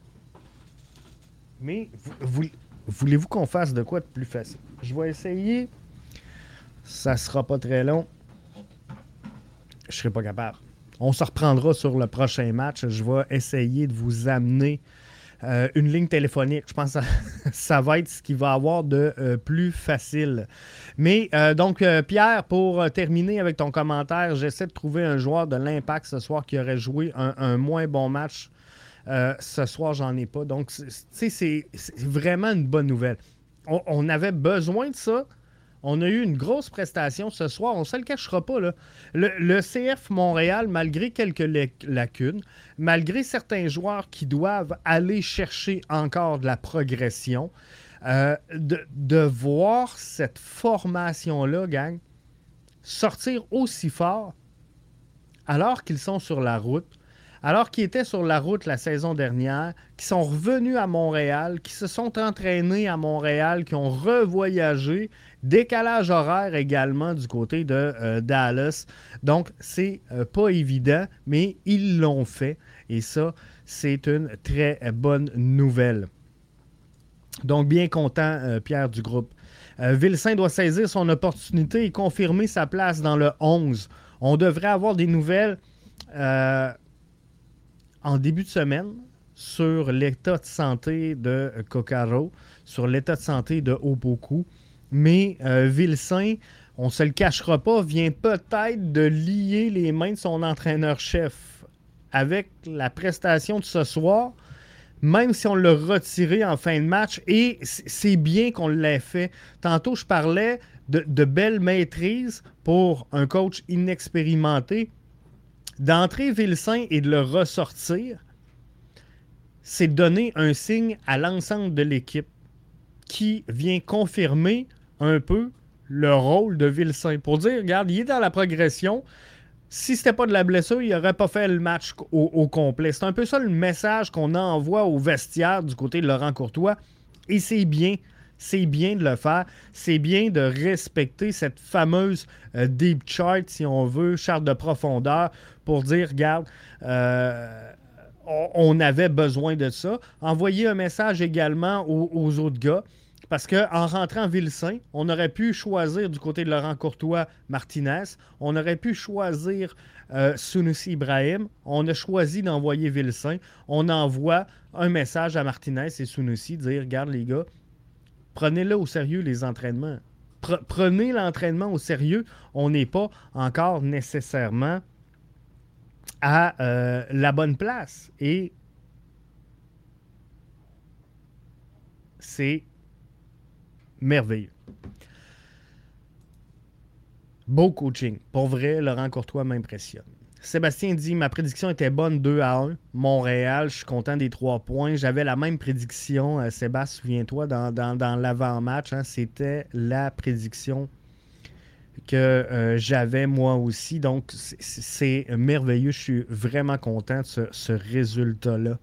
Mais voulez-vous qu'on fasse de quoi de plus facile? Je vais essayer. Ça sera pas très long. Je serai pas capable. On se reprendra sur le prochain match. Je vais essayer de vous amener une ligne téléphonique. Je pense que ça va être ce qu'il va y avoir de plus facile. Mais donc, Pierre, pour terminer avec ton commentaire, j'essaie de trouver un joueur de l'Impact ce soir qui aurait joué un moins bon match. Ce soir, j'en ai pas. Donc, c'est vraiment une bonne nouvelle. On avait besoin de ça. On a eu une grosse prestation ce soir. On ne se le cachera pas, là. Le CF Montréal, malgré quelques lacunes, malgré certains joueurs qui doivent aller chercher encore de la progression, de voir cette formation-là, gang, sortir aussi fort alors qu'ils sont sur la route, alors qu'ils étaient sur la route la saison dernière, qui sont revenus à Montréal, qui se sont entraînés à Montréal, qui ont revoyagé, décalage horaire également du côté de Dallas. Donc, c'est pas évident, mais ils l'ont fait. Et ça, c'est une très bonne nouvelle. Donc, bien content, Pierre, du groupe. Vilsaint doit saisir son opportunité et confirmer sa place dans le 11. On devrait avoir des nouvelles en début de semaine sur l'état de santé de Coccaro, sur l'état de santé de Opoku. Mais Vilsaint, on ne se le cachera pas, vient peut-être de lier les mains de son entraîneur-chef. Avec la prestation de ce soir, même si on l'a retiré en fin de match, et c'est bien qu'on l'ait fait. Tantôt, je parlais de belle maîtrise pour un coach inexpérimenté. D'entrer Vilsaint et de le ressortir, c'est donner un signe à l'ensemble de l'équipe qui vient confirmer un peu le rôle de Vilsaint. Pour dire, regarde, il est dans la progression. Si ce n'était pas de la blessure, il n'aurait pas fait le match au complet. C'est un peu ça le message qu'on envoie au vestiaire du côté de Laurent Courtois. Et c'est bien. C'est bien de le faire. C'est bien de respecter cette fameuse deep chart, si on veut, charte de profondeur, pour dire, regarde, on avait besoin de ça. Envoyer un message également aux autres gars, parce qu'en rentrant Vilsaint, on aurait pu choisir du côté de Laurent Courtois Martinez, on aurait pu choisir Sunusi Ibrahim, on a choisi d'envoyer Vilsaint. On envoie un message à Martinez et Sunusi, dire, regarde les gars, prenez-le au sérieux, les entraînements. Prenez l'entraînement au sérieux. On n'est pas encore nécessairement à la bonne place. Et c'est merveilleux. Beau coaching. Pour vrai, Laurent Courtois m'impressionne. Sébastien dit, ma prédiction était bonne 2-1. Montréal, je suis content des 3 points. J'avais la même prédiction, Sébastien, souviens-toi, dans l'avant-match. Hein, c'était la prédiction que j'avais moi aussi. Donc, c'est merveilleux. Je suis vraiment content de ce résultat-là.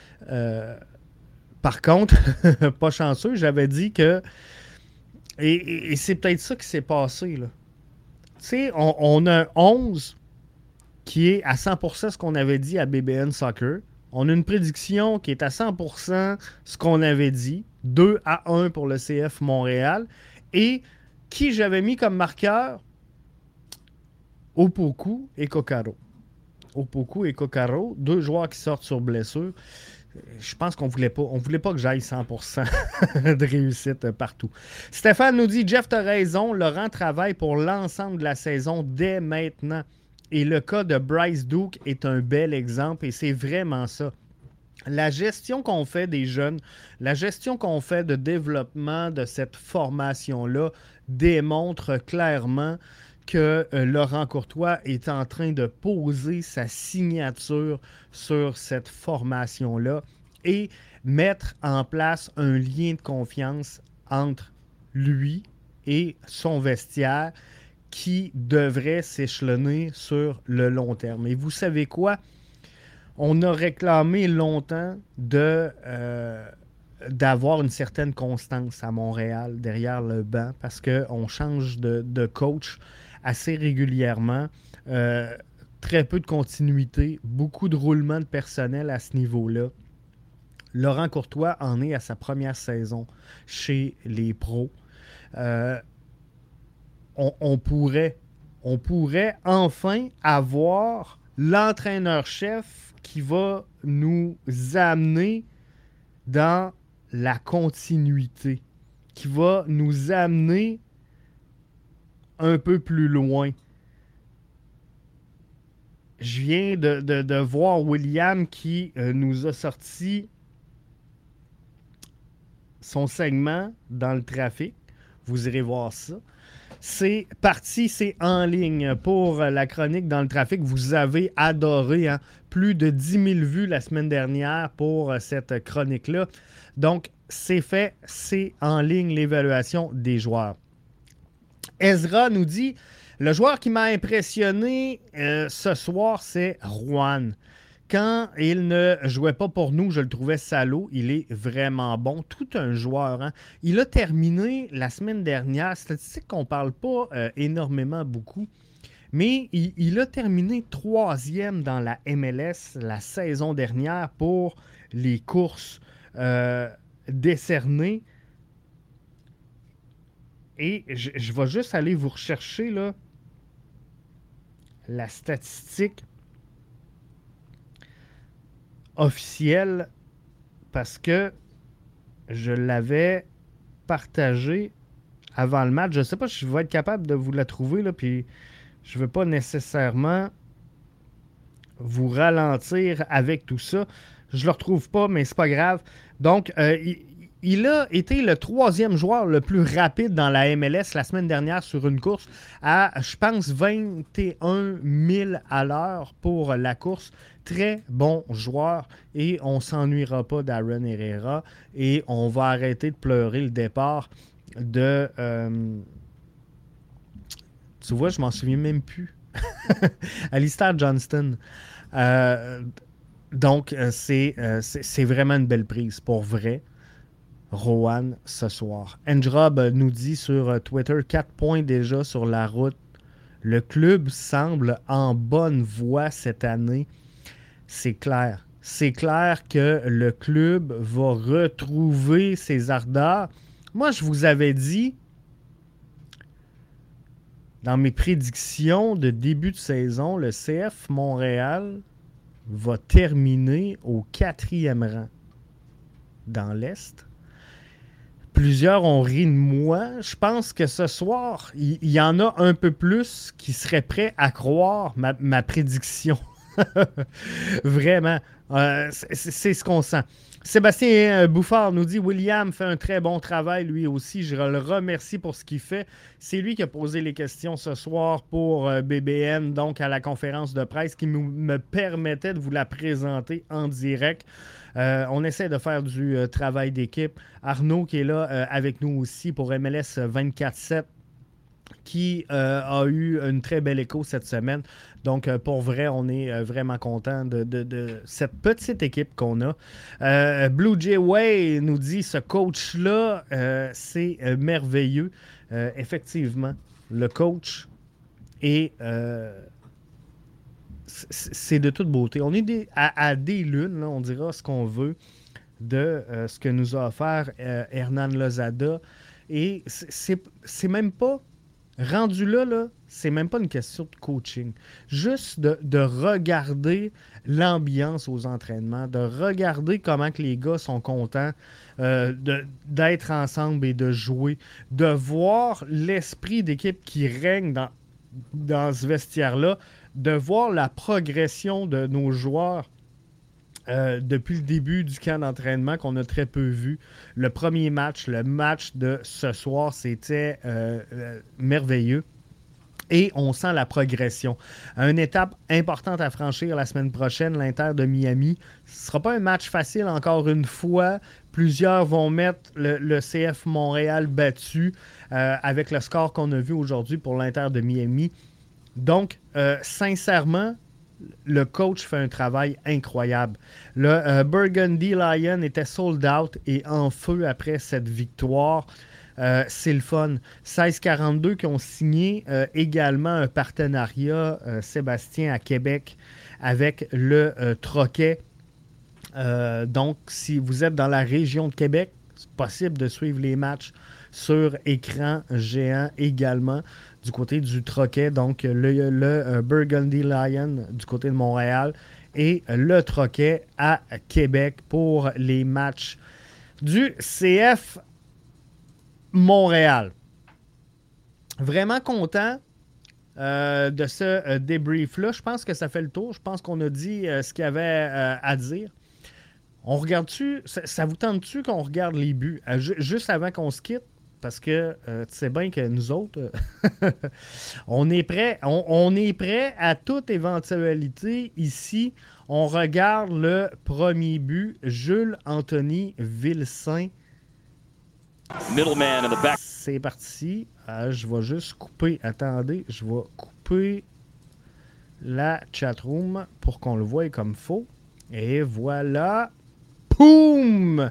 Par contre, pas chanceux, j'avais dit que... Et c'est peut-être ça qui s'est passé, là. Tu sais, on a un 11... qui est à 100% ce qu'on avait dit à BBN Soccer. On a une prédiction qui est à 100% ce qu'on avait dit. 2-1 pour le CF Montréal. Et qui j'avais mis comme marqueur? Opoku et Coccaro. Opoku et Coccaro, 2 joueurs qui sortent sur blessure. Je pense qu'on voulait pas que j'aille 100% de réussite partout. Stéphane nous dit, Jeff, t'as raison, Laurent travaille pour l'ensemble de la saison dès maintenant. Et le cas de Bryce Duke est un bel exemple et c'est vraiment ça. La gestion qu'on fait des jeunes, la gestion qu'on fait de développement de cette formation-là démontre clairement que Laurent Courtois est en train de poser sa signature sur cette formation-là et mettre en place un lien de confiance entre lui et son vestiaire qui devrait s'échelonner sur le long terme. Et vous savez quoi? On a réclamé longtemps d'avoir une certaine constance à Montréal derrière le banc parce qu'on change de coach assez régulièrement. Très peu de continuité, beaucoup de roulement de personnel à ce niveau-là. Laurent Courtois en est à sa première saison chez les pros. On pourrait enfin avoir l'entraîneur-chef qui va nous amener dans la continuité, qui va nous amener un peu plus loin. Je viens de voir William qui nous a sorti son segment dans le trafic. Vous irez voir ça. C'est parti, c'est en ligne pour la chronique dans le trafic. Vous avez adoré, hein? Plus de 10 000 vues la semaine dernière pour cette chronique-là. Donc, c'est fait, c'est en ligne l'évaluation des joueurs. Ezra nous dit, le joueur qui m'a impressionné ce soir, c'est Juan. Quand il ne jouait pas pour nous, je le trouvais salaud. Il est vraiment bon. Tout un joueur. Hein? Il a terminé la semaine dernière. Statistique qu'on ne parle pas énormément beaucoup. Mais il a terminé 3e dans la MLS la saison dernière pour les courses décernées. Et je vais juste aller vous rechercher là, la statistique officielle parce que je l'avais partagée avant le match. Je ne sais pas si je vais être capable de vous la trouver, là, puis je ne veux pas nécessairement vous ralentir avec tout ça. Je ne le retrouve pas, mais c'est pas grave. Donc, il a été le 3e joueur le plus rapide dans la MLS la semaine dernière sur une course à, je pense, 21 000 à l'heure pour la course. Très bon joueur et on ne s'ennuiera pas d'Aaron Herrera et on va arrêter de pleurer le départ de... tu vois, je m'en souviens même plus. Alistair Johnston. Donc, c'est vraiment une belle prise pour vrai. Rowan ce soir. Androb nous dit sur Twitter 4 points déjà sur la route. Le club semble en bonne voie cette année. C'est clair. C'est clair que le club va retrouver ses ardeurs. Moi, je vous avais dit dans mes prédictions de début de saison, le CF Montréal va terminer au 4e rang dans l'Est. Plusieurs ont ri de moi. Je pense que ce soir, il y en a un peu plus qui seraient prêts à croire ma prédiction. Vraiment. C'est ce qu'on sent. Sébastien Bouffard nous dit « William fait un très bon travail, lui aussi. Je le remercie pour ce qu'il fait. C'est lui qui a posé les questions ce soir pour BBN, donc à la conférence de presse, qui me permettait de vous la présenter en direct. On essaie de faire du travail d'équipe. Arnaud qui est là avec nous aussi pour MLS 24/7 qui a eu une très belle écho cette semaine. Donc, pour vrai, on est vraiment content de cette petite équipe qu'on a. Blue Jay Way nous dit, ce coach-là, c'est merveilleux. Effectivement, le coach est... c'est de toute beauté. On est à des lunes, là, on dira ce qu'on veut de ce que nous a offert Hernan Lozada. Et c'est même pas... Rendu là, c'est même pas une question de coaching. Juste de regarder l'ambiance aux entraînements, de regarder comment que les gars sont contents d'être ensemble et de jouer, de voir l'esprit d'équipe qui règne dans ce vestiaire-là, de voir la progression de nos joueurs depuis le début du camp d'entraînement qu'on a très peu vu. Le premier match, le match de ce soir, c'était merveilleux. Et on sent la progression. Une étape importante à franchir la semaine prochaine, l'Inter de Miami. Ce ne sera pas un match facile, encore une fois. Plusieurs vont mettre le CF Montréal battu avec le score qu'on a vu aujourd'hui pour l'Inter de Miami. Donc, sincèrement, Le coach fait un travail incroyable. Le Burgundy Lion était sold out et en feu après cette victoire. C'est le fun. 1642 qui ont signé également un partenariat, Sébastien, à Québec avec le Troquet. Donc, si vous êtes dans la région de Québec, c'est possible de suivre les matchs sur écran géant également du côté du Troquet. Donc, le Burgundy Lion du côté de Montréal et le Troquet à Québec pour les matchs du CF Montréal. Vraiment content de ce débrief-là. Je pense que ça fait le tour. Je pense qu'on a dit ce qu'il y avait à dire. On regarde-tu, ça vous tente-tu qu'on regarde les buts juste avant qu'on se quitte? Parce que tu sais bien que nous autres, on est prêt. On est prêt à toute éventualité ici. On regarde le premier but. Jules Anthony Vilsaint. Middleman in the back. C'est parti. Je vais juste couper. Attendez, je vais couper la chatroom pour qu'on le voie comme faut. Et voilà. Poum!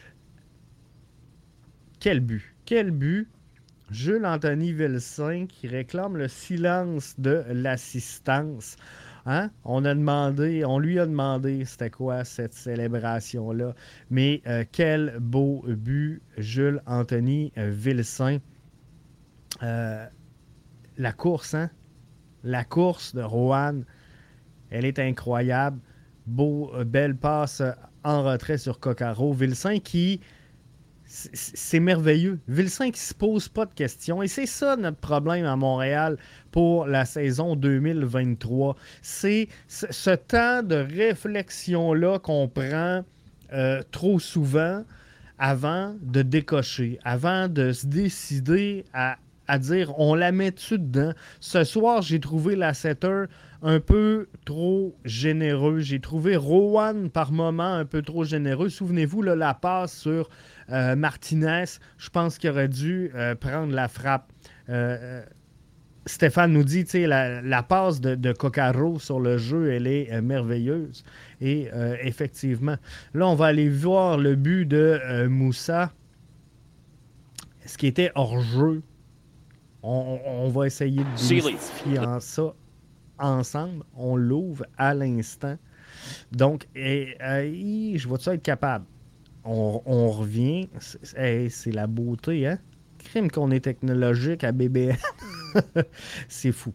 Quel but! Quel but! Jules Anthony Vilsaint qui réclame le silence de l'assistance. Hein? On lui a demandé c'était quoi cette célébration-là. Mais quel beau but, Jules Anthony Vilsaint. La course, hein? La course de Rohan, elle est incroyable. Belle passe en retrait sur Coccaro. Vilsaint qui... C'est merveilleux. Vilsaint qui se pose pas de questions. Et c'est ça notre problème à Montréal pour la saison 2023. C'est ce temps de réflexion-là qu'on prend trop souvent avant de décocher, avant de se décider à dire on la met-tu dedans. Ce soir, j'ai trouvé la setter un peu trop généreux. J'ai trouvé Rowan par moment un peu trop généreux. Souvenez-vous, là, la passe sur Martinez, je pense qu'il aurait dû prendre la frappe. Stéphane nous dit, la passe de Coccaro sur le jeu, elle est merveilleuse. Et effectivement, là, on va aller voir le but de Moussa. Ce qui était hors-jeu. On va essayer de démystifier ça ensemble. On l'ouvre à l'instant. Donc, je vais-tu être capable? On revient. C'est la beauté, hein? Crime qu'on est technologique à BBN. C'est fou.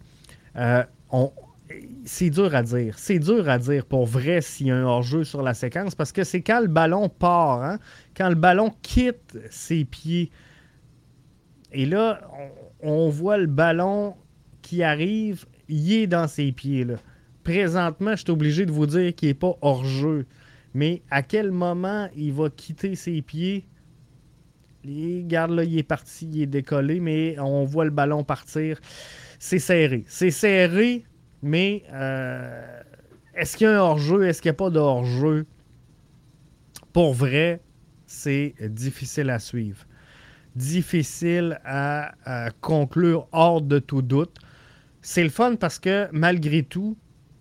C'est dur à dire. C'est dur à dire pour vrai s'il y a un hors-jeu sur la séquence parce que c'est quand le ballon part, hein? Quand le ballon quitte ses pieds. Et là, on voit le ballon qui arrive, il est dans ses pieds. Là. Présentement, je suis obligé de vous dire qu'il n'est pas hors-jeu. Mais à quel moment il va quitter ses pieds? Regarde, là, il est parti, il est décollé, mais on voit le ballon partir. C'est serré. C'est serré, mais est-ce qu'il y a un hors-jeu? Est-ce qu'il n'y a pas de hors-jeu? Pour vrai, c'est difficile à suivre. Difficile à conclure hors de tout doute. C'est le fun parce que malgré tout,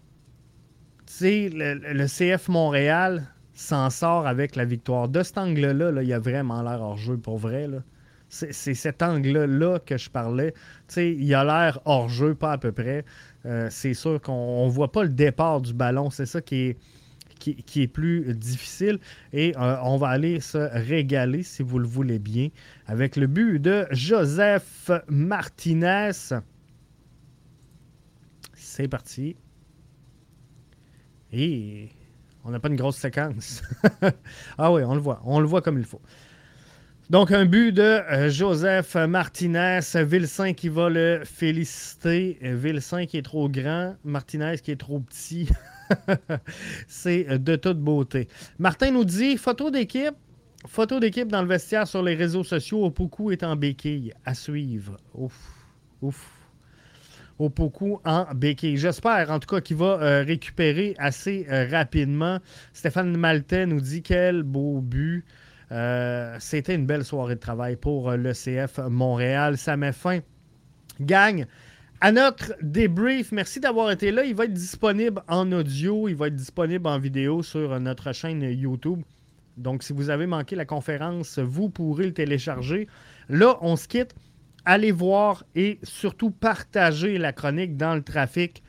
le CF Montréal s'en sort avec la victoire. De cet angle-là, là, il y a vraiment l'air hors-jeu pour vrai. Là. C'est cet angle-là que je parlais. Il a l'air hors-jeu, pas à peu près. C'est sûr qu'on ne voit pas le départ du ballon. C'est ça qui est plus difficile. Et on va aller se régaler, si vous le voulez bien, avec le but de Joseph Martinez. C'est parti. Et on n'a pas une grosse séquence. Ah oui, on le voit. On le voit comme il faut. Donc, un but de Joseph Martinez. Vilsaint qui va le féliciter. Vilsaint qui est trop grand. Martinez qui est trop petit. C'est de toute beauté. Martin nous dit, photo d'équipe dans le vestiaire sur les réseaux sociaux. Opoku est en béquille. À suivre. Ouf. Opoku en béquille. J'espère, en tout cas, qu'il va récupérer assez rapidement. Stéphane Maltais nous dit quel beau but. C'était une belle soirée de travail pour le CF Montréal. Ça met fin, gang, à notre débrief. Merci d'avoir été là. Il va être disponible en audio, il va être disponible en vidéo sur notre chaîne YouTube. Donc, si vous avez manqué la conférence, vous pourrez le télécharger. Là, on se quitte. Allez voir et surtout partager la chronique dans le trafic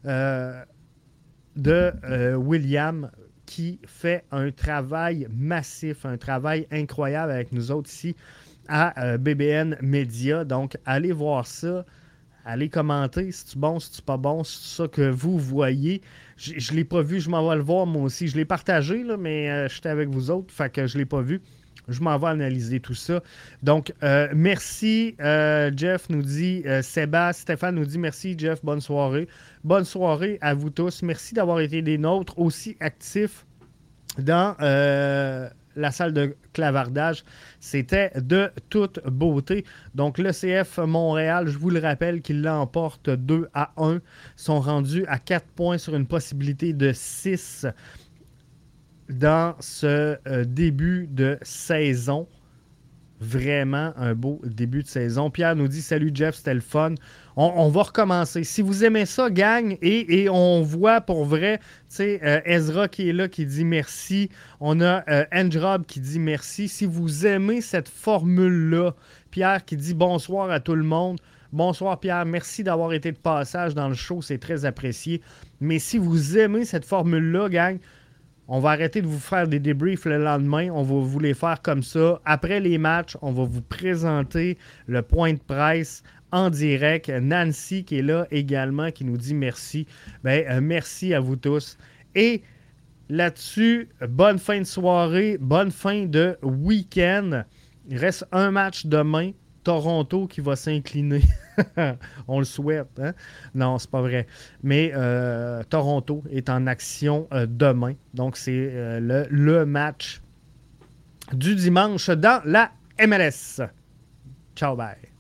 de William, qui fait un travail massif, un travail incroyable avec nous autres ici à BBN Media. Donc, allez voir ça. Allez commenter si c'est bon, si c'est pas bon, si c'est ça que vous voyez. Je ne l'ai pas vu, je m'en vais le voir moi aussi. Je l'ai partagé, là, mais j'étais avec vous autres, fait que je ne l'ai pas vu. Je m'en vais analyser tout ça. Donc, merci, Jeff nous dit, Stéphane nous dit merci, Jeff, bonne soirée. Bonne soirée à vous tous. Merci d'avoir été des nôtres aussi actifs dans la salle de clavardage. C'était de toute beauté. Donc, le CF Montréal, je vous le rappelle, qu'ils l'emportent 2-1. Ils sont rendus à 4 points sur une possibilité de 6 dans ce début de saison. Vraiment un beau début de saison. Pierre nous dit « Salut Jeff, c'était le fun. » On va recommencer. Si vous aimez ça, gang, et on voit pour vrai, tu sais, Ezra qui est là, qui dit merci. On a Androb qui dit merci. Si vous aimez cette formule-là, Pierre qui dit bonsoir à tout le monde. Bonsoir Pierre, merci d'avoir été de passage dans le show, c'est très apprécié. Mais si vous aimez cette formule-là, gang, on va arrêter de vous faire des débriefs le lendemain. On va vous les faire comme ça. Après les matchs, on va vous présenter le point de presse en direct. Nancy qui est là également, qui nous dit merci. Merci à vous tous. Et là-dessus, bonne fin de soirée, bonne fin de week-end. Il reste un match demain. Toronto qui va s'incliner. On le souhaite. Hein? Non, c'est pas vrai. Mais Toronto est en action demain. Donc, c'est le match du dimanche dans la MLS. Ciao, bye.